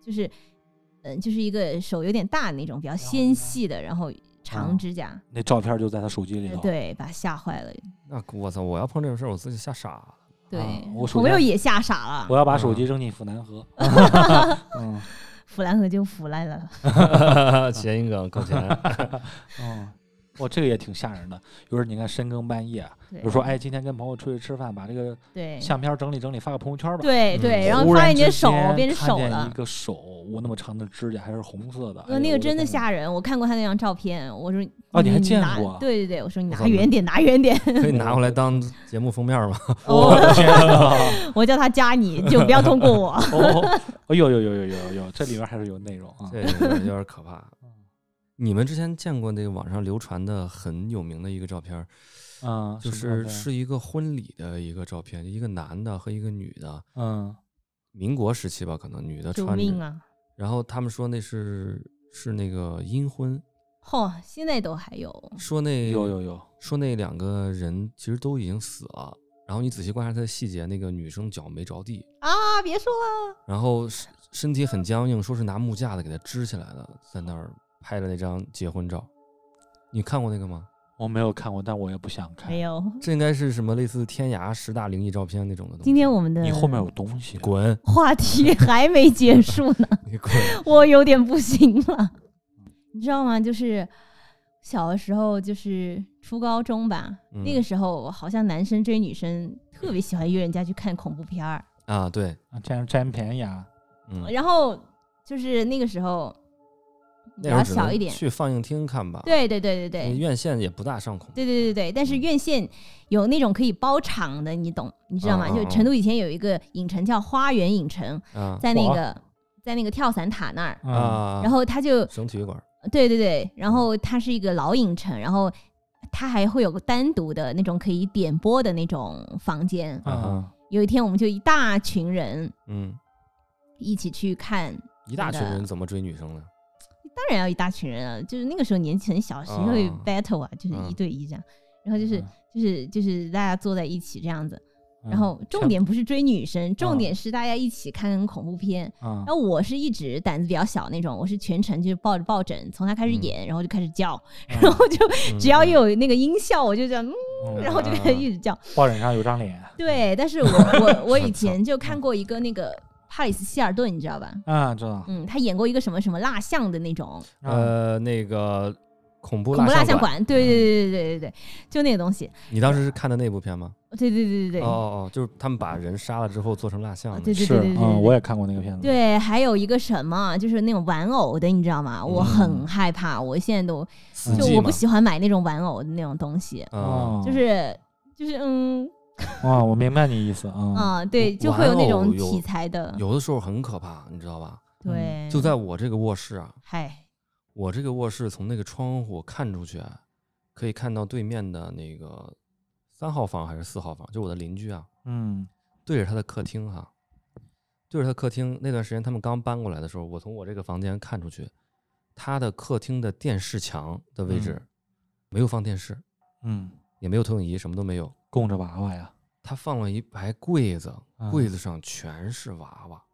就是一个手有点大的那种比较纤细的，然后长指甲。 那照片就在他手机里头。 对，把他吓坏了。 那我操！我要碰这种事儿，我自己吓傻了。 对， 我朋友也吓傻了。 我要把手机扔进府南河。 府南河就腐烂了。 谐音梗扣钱。 这个也挺吓人的。有时候你看深更半夜，比如说今天跟朋友出去吃饭，把这个相片整理整理发个朋友圈吧。 对对，然后发现你的手变成手了， 看见一个手，我那么长的指甲还是红色的。 那个真的吓人，我看过他那张照片。我说你还见过？ 对对对，我说你拿远点，拿远点。 可以拿回来当节目封面吗？ 我叫他加你，就不要通过我。 有，这里边还是有内容啊。 这有点可怕。你们之前见过那个网上流传的很有名的一个照片，是一个婚礼的一个照片，一个男的和一个女的，民国时期吧，可能女的穿着，然后他们说那是那个阴婚， 现在都还有， 说那有说那两个人其实都已经死了，然后你仔细观察他的细节，那个女生脚没着地啊，别说了， 然后身体很僵硬，说是拿木架子给他支起来的，在那儿拍了那张结婚照。你看过那个吗？ 我没有看过，但我也不想看。 没有， 这应该是什么类似天涯10大灵异照片那种的东西。 今天我们的你后面有东西， 滚！ 话题还没结束呢， 你滚！ 我有点不行了。你知道吗？就是小的时候，就是初高中吧，那个时候好像男生追女生特别喜欢约人家去看恐怖片儿啊，对， 这样占便宜啊。 然后就是那个时候比较小一点， 去放映厅看吧。 对对对对对， 院线也不大上恐怖。 对对对对，但是院线有那种可以包场的，你知道吗？就成都以前有一个影城叫花园影城，在那个跳伞塔那儿，然后它就省体育馆。 对对对，然后它是一个老影城，然后它还会有个单独的那种可以点播的那种房间。有一天我们就一大群人，一起去看。 一大群人怎么追女生呢？ 当然要一大群人啊，就是那个时候年纪很小，谁会 battle 啊？就是1对1这样，然后就是大家坐在一起这样子。然后重点不是追女生，重点是大家一起看恐怖片。然后我是一直胆子比较小那种，我是全程就是抱着抱枕，从他开始演，然后就开始叫，然后就只要有那个音效，我就这样然后就开始一直叫。 抱枕上有张脸。 对，但是我以前就看过一个那个帕里斯希尔顿，你知道吧？ 知道。 他演过一个什么什么蜡像的那种， 那个恐怖蜡像馆，对对对对对对，就那个东西。 你当时是看的那部片吗？ 对对对对对。 就是他们把人杀了之后做成蜡像的。 对对对对对， 我也看过那个片子。 对，还有一个什么，就是那种玩偶的，你知道吗？我很害怕，我现在都就我不喜欢买那种玩偶的那种东西，就是我明白你意思对，就会有那种题材的， 有的时候很可怕，你知道吧？ 对， 就在我这个卧室啊， 我这个卧室从那个窗户看出去，可以看到对面的那个3号房还是4号房，就是我的邻居啊，对着他的客厅对着他客厅。那段时间他们刚搬过来的时候，我从我这个房间看出去，他的客厅的电视墙的位置没有放电视，也没有投影仪，什么都没有， 供着娃娃呀。 他放了一排柜子，柜子上全是娃娃。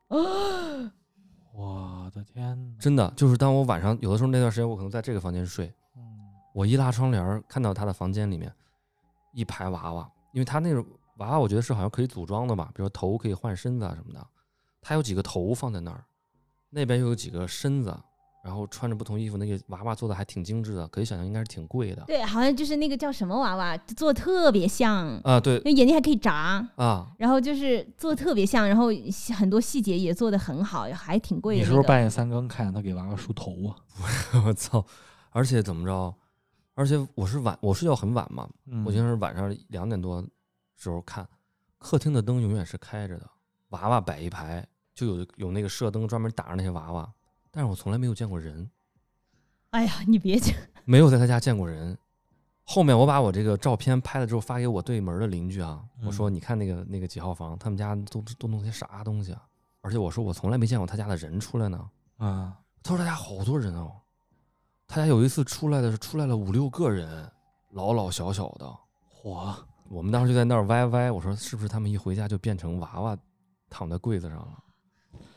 我的天哪！ 真的，就是当我晚上有的时候那段时间，我可能在这个房间睡，我一拉窗帘看到他的房间里面一排娃娃，因为他那种娃娃我觉得是好像可以组装的吧，比如说头可以换身子啊什么的，他有几个头放在那儿，那边又有几个身子，然后穿着不同衣服，那个娃娃做的还挺精致的，可以想象应该是挺贵的。 对，好像就是那个叫什么娃娃，做的特别像啊，对， 那眼睛还可以眨啊， 然后就是做的特别像，然后很多细节也做的很好，还挺贵的。 你是不是半夜3更看他给娃娃梳头啊？ 我操！而且怎么着？而且我睡觉很晚嘛，我经常是晚上2点多时候看，客厅的灯永远是开着的，娃娃摆一排，就有那个射灯专门打着那些娃娃。但是我从来没有见过人。 哎呀，你别讲， 没有在他家见过人。后面我把我这个照片拍了之后发给我对门的邻居啊，我说你看那个几号房，他们家都弄些啥东西啊？而且我说我从来没见过他家的人出来呢。他说他家好多人哦，他家有一次出来了5、6个人，老老小小的。我们当时就在那儿歪，我说是不是他们一回家就变成娃娃躺在柜子上了？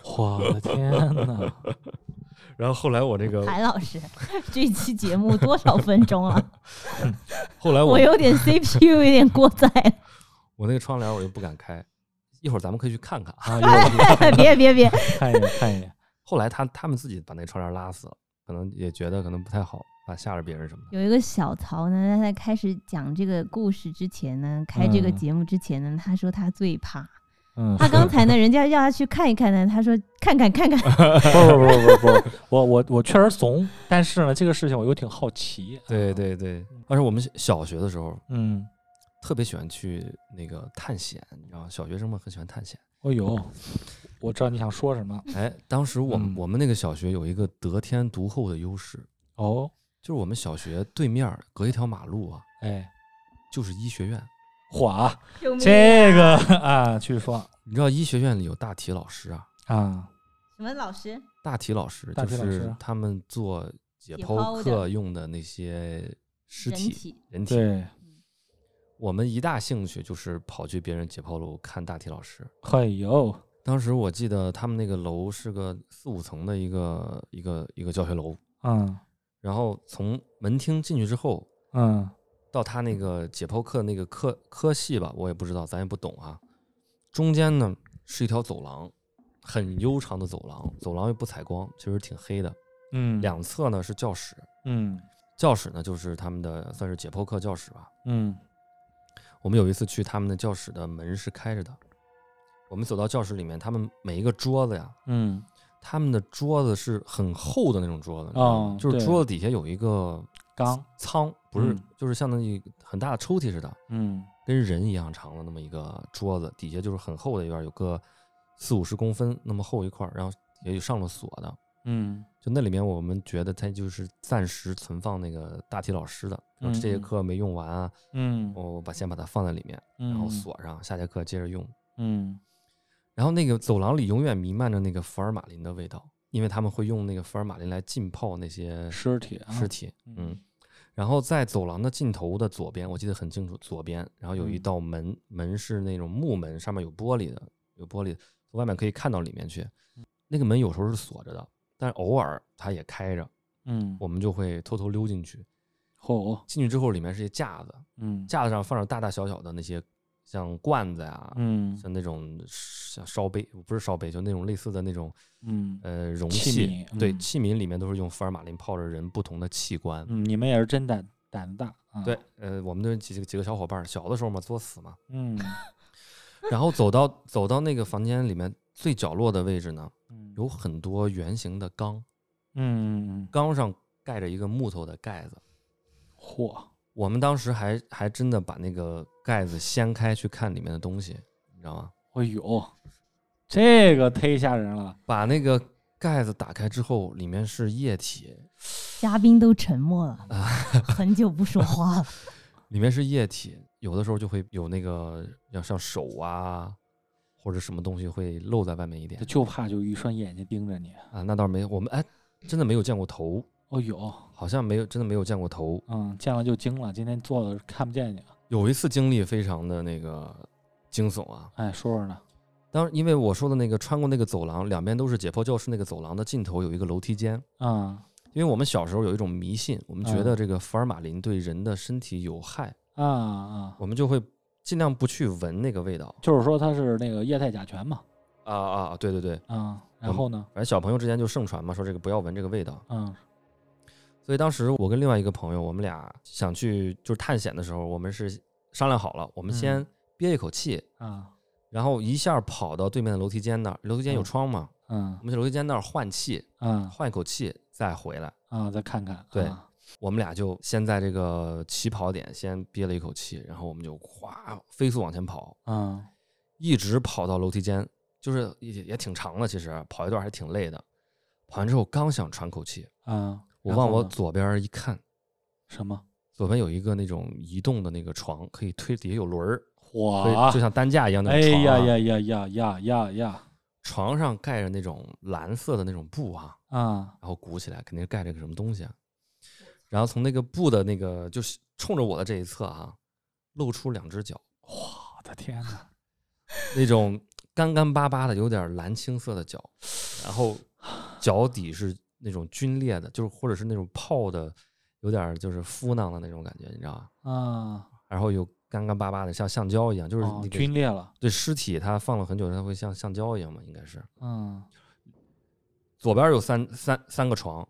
我的天哪！ 然后后来我这个韩老师，这期节目多少分钟了？ 后来我有点 CPU 有点过载了。 我那个窗帘我又不敢开，一会儿咱们可以去看看啊。 别， 看一眼。 后来他们自己把那个窗帘拉死了，可能也觉得可能不太好，怕吓着别人什么的。 有一个小曹呢，他在开始讲这个故事之前呢，开这个节目之前呢，他说他最怕。他刚才呢，人家要他去看一看呢，他说看看。 不，我确实怂，但是呢，这个事情我又挺好奇。 对，而且我们小学的时候，特别喜欢去那个探险，你知道吗？小学生们很喜欢探险。 哦呦，我知道你想说什么。 哎，当时我们那个小学有一个得天独厚的优势哦， 就是我们小学对面隔一条马路啊，就是医学院。 嚯，这个啊，继续说。 你知道医学院里有大体老师啊？ 什么老师？ 大体老师就是他们做解剖课用的那些尸体、人体。 对， 我们一大兴趣就是跑去别人解剖楼看大体老师。 哎呦， 当时我记得他们那个楼是个4、5层的一个教学楼。然后从门厅进去之后，到他那个解剖课那个科系吧，我也不知道，咱也不懂啊。中间呢是一条走廊，很悠长的走廊，走廊又不采光，其实挺黑的。两侧呢是教室。教室呢就是他们的算是解剖课教室吧。我们有一次去他们的教室的门是开着的，我们走到教室里面，他们每一个桌子呀，他们的桌子是很厚的那种桌子，就是桌子底下有一个舱，不是，就是像那个很大的抽屉似的，跟人一样长的那么一个桌子，底下就是很厚的一段，有个40、50公分那么厚一块，然后也有上了锁的，就那里面我们觉得它就是暂时存放那个大体老师的，这节课没用完啊，我先把它放在里面，然后锁上，下节课接着用，然后那个走廊里永远弥漫着那个福尔马林的味道，因为他们会用那个福尔马林来浸泡那些尸体。然后在走廊的尽头的左边，我记得很清楚，左边，然后有一道门，门是那种木门，上面有玻璃的，从外面可以看到里面去。那个门有时候是锁着的，但是偶尔它也开着，我们就会偷偷溜进去。进去之后，里面是一架子，架子上放着大大小小的那些像罐子呀，像那种像烧杯，不是烧杯，就那种类似的那种，容器，对，器皿里面都是用福尔马林泡着人不同的器官。 你们也是真胆子大。 对，我们都几个小伙伴，小的时候嘛，作死嘛。然后走到那个房间里面最角落的位置呢，有很多圆形的缸，缸上盖着一个木头的盖子。我们当时还真的把那个盖子掀开去看里面的东西，你知道吗？ 哎呦，这个忒吓人了！ 把那个盖子打开之后，里面是液体。 嘉宾都沉默了，很久不说话了。 里面是液体，有的时候就会有那个像手啊，或者什么东西会露在外面一点。 就怕就一双眼睛盯着你啊！那倒没，我们真的没有见过头。 哦呦， 好像真的没有见过头。 见了就惊了。今天坐了看不见你了。 有一次经历非常的那个惊悚啊！ 说说呢。 因为我说的那个穿过那个走廊，两边都是解剖教室，那个走廊的尽头有一个楼梯间。因为我们小时候有一种迷信，我们觉得这个福尔马林对人的身体有害我们就会尽量不去闻那个味道。 就是说它是那个液态甲醛嘛。 对对对。 然后呢？ 反正小朋友之间就盛传嘛，说这个不要闻这个味道。所以当时我跟另外一个朋友，我们俩想去就是探险的时候，我们是商量好了，我们先憋一口气然后一下跑到对面的楼梯间那儿，楼梯间有窗嘛，我们去楼梯间那儿换气，换一口气再回来再看看。 对，我们俩就先在这个起跑点先憋了一口气，然后我们就飞速往前跑，一直跑到楼梯间，就是也挺长的，其实跑一段还挺累的。跑完之后刚想喘口气我往我左边一看， 什么？ 左边有一个那种移动的那个床，可以推，底下有轮儿， 哇， 就像担架一样的床。 呀！ 床上盖着那种蓝色的那种布然后鼓起来，肯定是盖着个什么东西然后从那个布的那个就是冲着我的这一侧露出2只脚。 我的天哪！ 那种干干巴巴的，有点蓝青色的脚，然后脚底是那种皲裂的，就是或者是那种泡的，有点就是敷囊的那种感觉，你知道吧？ 啊， 然后有干干巴巴的，像橡胶一样，就是那个皲裂了。 对，尸体它放了很久，它会像橡胶一样嘛，应该是。左边有三个床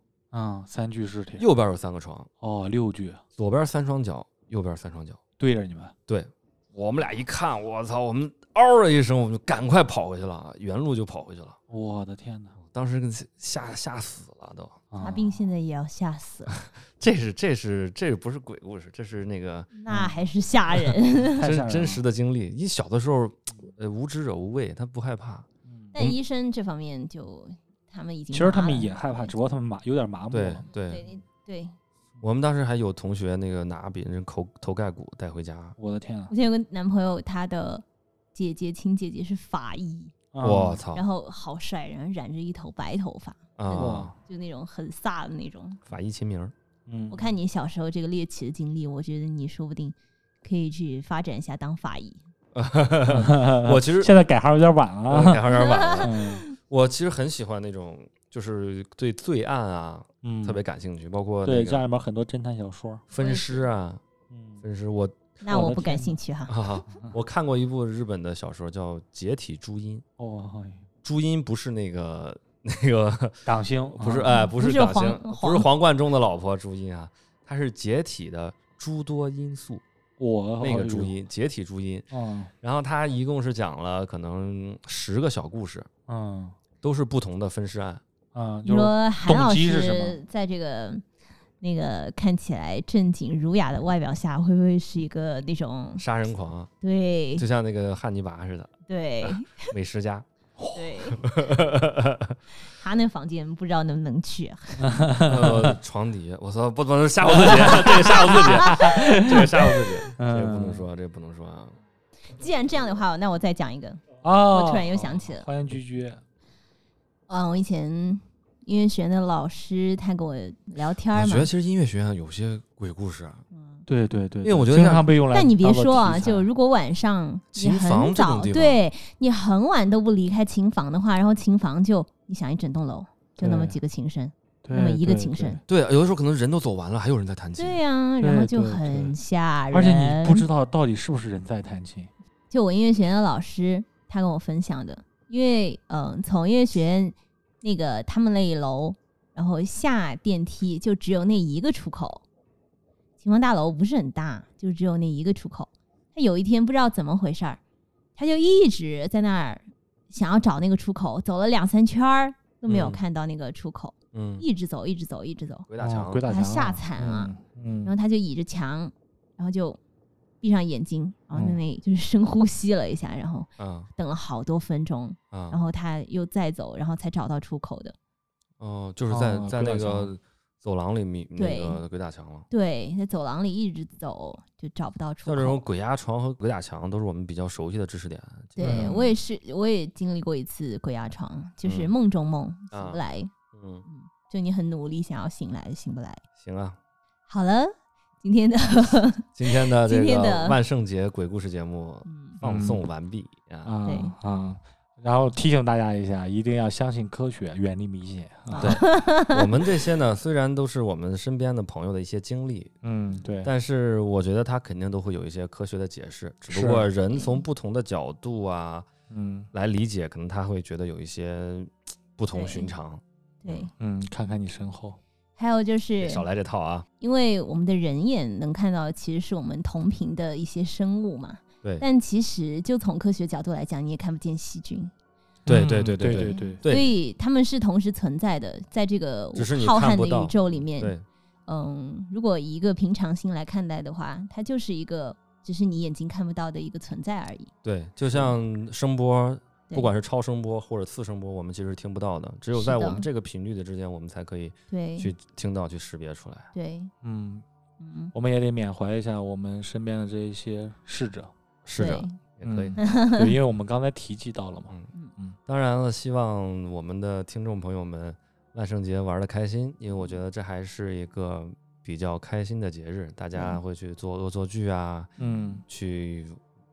，3具尸体。 右边有3个床。 哦，6具。 左边3双脚，右边3双脚， 对着你们。 对，我们俩一看，我操，我们嗷的一声，我们就赶快跑回去了，原路就跑回去了。 我的天哪！ 当时吓死了都。 阿斌现在也要吓死了。 这不是鬼故事，这是那个， 那还是吓人， 真实的经历。你小的时候，无知者无畏，他不害怕。 但医生这方面就他们已经， 其实他们也害怕，只不过他们有点麻木了。 对。 我们当时还有同学那个拿别人头盖骨带回家。 我的天啊！ 我现在有个男朋友，他的亲姐姐是法医。 我操！ 然后好帅，然后染着一头白头发就那种很飒的那种。 法医秦明。 我看你小时候这个猎奇的经历，我觉得你说不定可以去发展一下当法医。 我其实现在改行有点晚了， 改行有点晚了。我其实很喜欢那种，就是对罪案啊，特别感兴趣，包括对家里面很多侦探小说、 分尸啊，分尸那我不感兴趣哈。 我看过一部日本的小说叫《解体朱音》。朱音不是那个港星， 不是不是港星，不是黄贯中的老婆朱音啊，她是解体的诸多因素。那个朱音，解体朱音。然后他一共是讲了可能10个小故事，都是不同的分尸案。 你说韩老师在这个那个看起来正经儒雅的外表下，会不会是一个那种杀人狂？ 对， 就像那个汉尼拔似的。 对， 美食家。 对，他那房间不知道能不能去。 床底下，我操，不能吓唬自己，这个吓唬自己，这个吓唬自己，这个不能说，这个不能说啊。 既然这样的话，那我再讲一个。我突然又想起了， 欢迎居居。 我以前音乐学院的老师他跟我聊天嘛， 我觉得其实音乐学院有些鬼故事啊。 对， 因为我觉得经常被用来。 但你别说啊，就如果晚上你很早，对你很晚都不离开琴房的话，然后琴房就你想一整栋楼就那么几个琴声，那么一个琴声， 对，有的时候可能人都走完了，还有人在弹琴。 对呀，然后就很吓人， 而且你不知道到底是不是人在弹琴。 就我音乐学院的老师他跟我分享的，因为从音乐学院那个他们那一楼，然后下电梯就只有那一个出口。琴房大楼不是很大，就只有那一个出口。他有一天不知道怎么回事儿，他就一直在那儿想要找那个出口，走了2-3圈都没有看到那个出口。一直走。 鬼打墙， 他吓惨了。然后他就倚着墙，然后就闭上眼睛，然后那就是深呼吸了一下，然后等了好多分钟，然后他又再走，然后才找到出口的。 就是在那个走廊里那个鬼打墙了。 对，在走廊里一直走就找不到出口。 像这种鬼压床和鬼打墙都是我们比较熟悉的知识点。 对，我也经历过一次鬼压床，就是梦中梦醒不来。就你很努力想要醒来，醒不来。行啊，好了，今天的这个万圣节鬼故事节目放送完毕然后提醒大家一下，一定要相信科学，远离迷信。 对，我们这些呢，虽然都是我们身边的朋友的一些经历， 对， 但是我觉得他肯定都会有一些科学的解释，只不过人从不同的角度啊，来理解，可能他会觉得有一些不同寻常。 对， 看看你身后。 还有就是少来这套啊， 因为我们的人眼能看到，其实是我们同频的一些生物嘛。 对， 但其实就从科学角度来讲，你也看不见细菌。 对， 所以他们是同时存在的，在这个浩瀚的宇宙里面。 对， 如果以一个平常心来看待的话，它就是一个只是你眼睛看不到的一个存在而已。 对，就像声波，不管是超声波或者次声波，我们其实听不到的，只有在我们这个频率的之间，我们才可以去听到、去识别出来。 对， 我们也得缅怀一下我们身边的这一些逝者也可以， 对，因为我们刚才提及到了嘛。 当然了，希望我们的听众朋友们万圣节玩得开心，因为我觉得这还是一个比较开心的节日，大家会去做恶作剧啊，去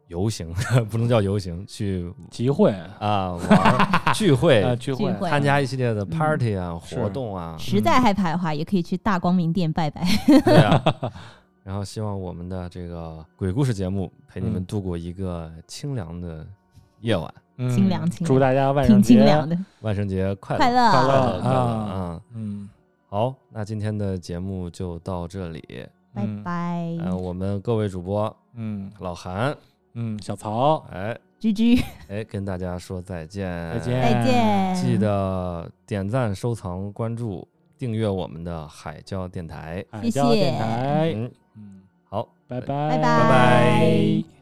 游行不能叫游行，去集会啊玩聚会聚会参加一系列的 party 啊活动啊。 实在害怕的话，也可以去大光明殿拜拜。 对啊。然后希望我们的这个鬼故事节目陪你们度过一个清凉的夜晚。 清凉， 祝大家挺清凉的， 万圣节快乐啊！好，那今天的节目就到这里， 拜拜。 我们各位主播，老韩， 小曹， 居居， 跟大家说再见， 再见， 记得点赞、收藏、关注、订阅我们的海椒电台， 谢谢。 海椒电台， 好， 拜拜， 拜拜。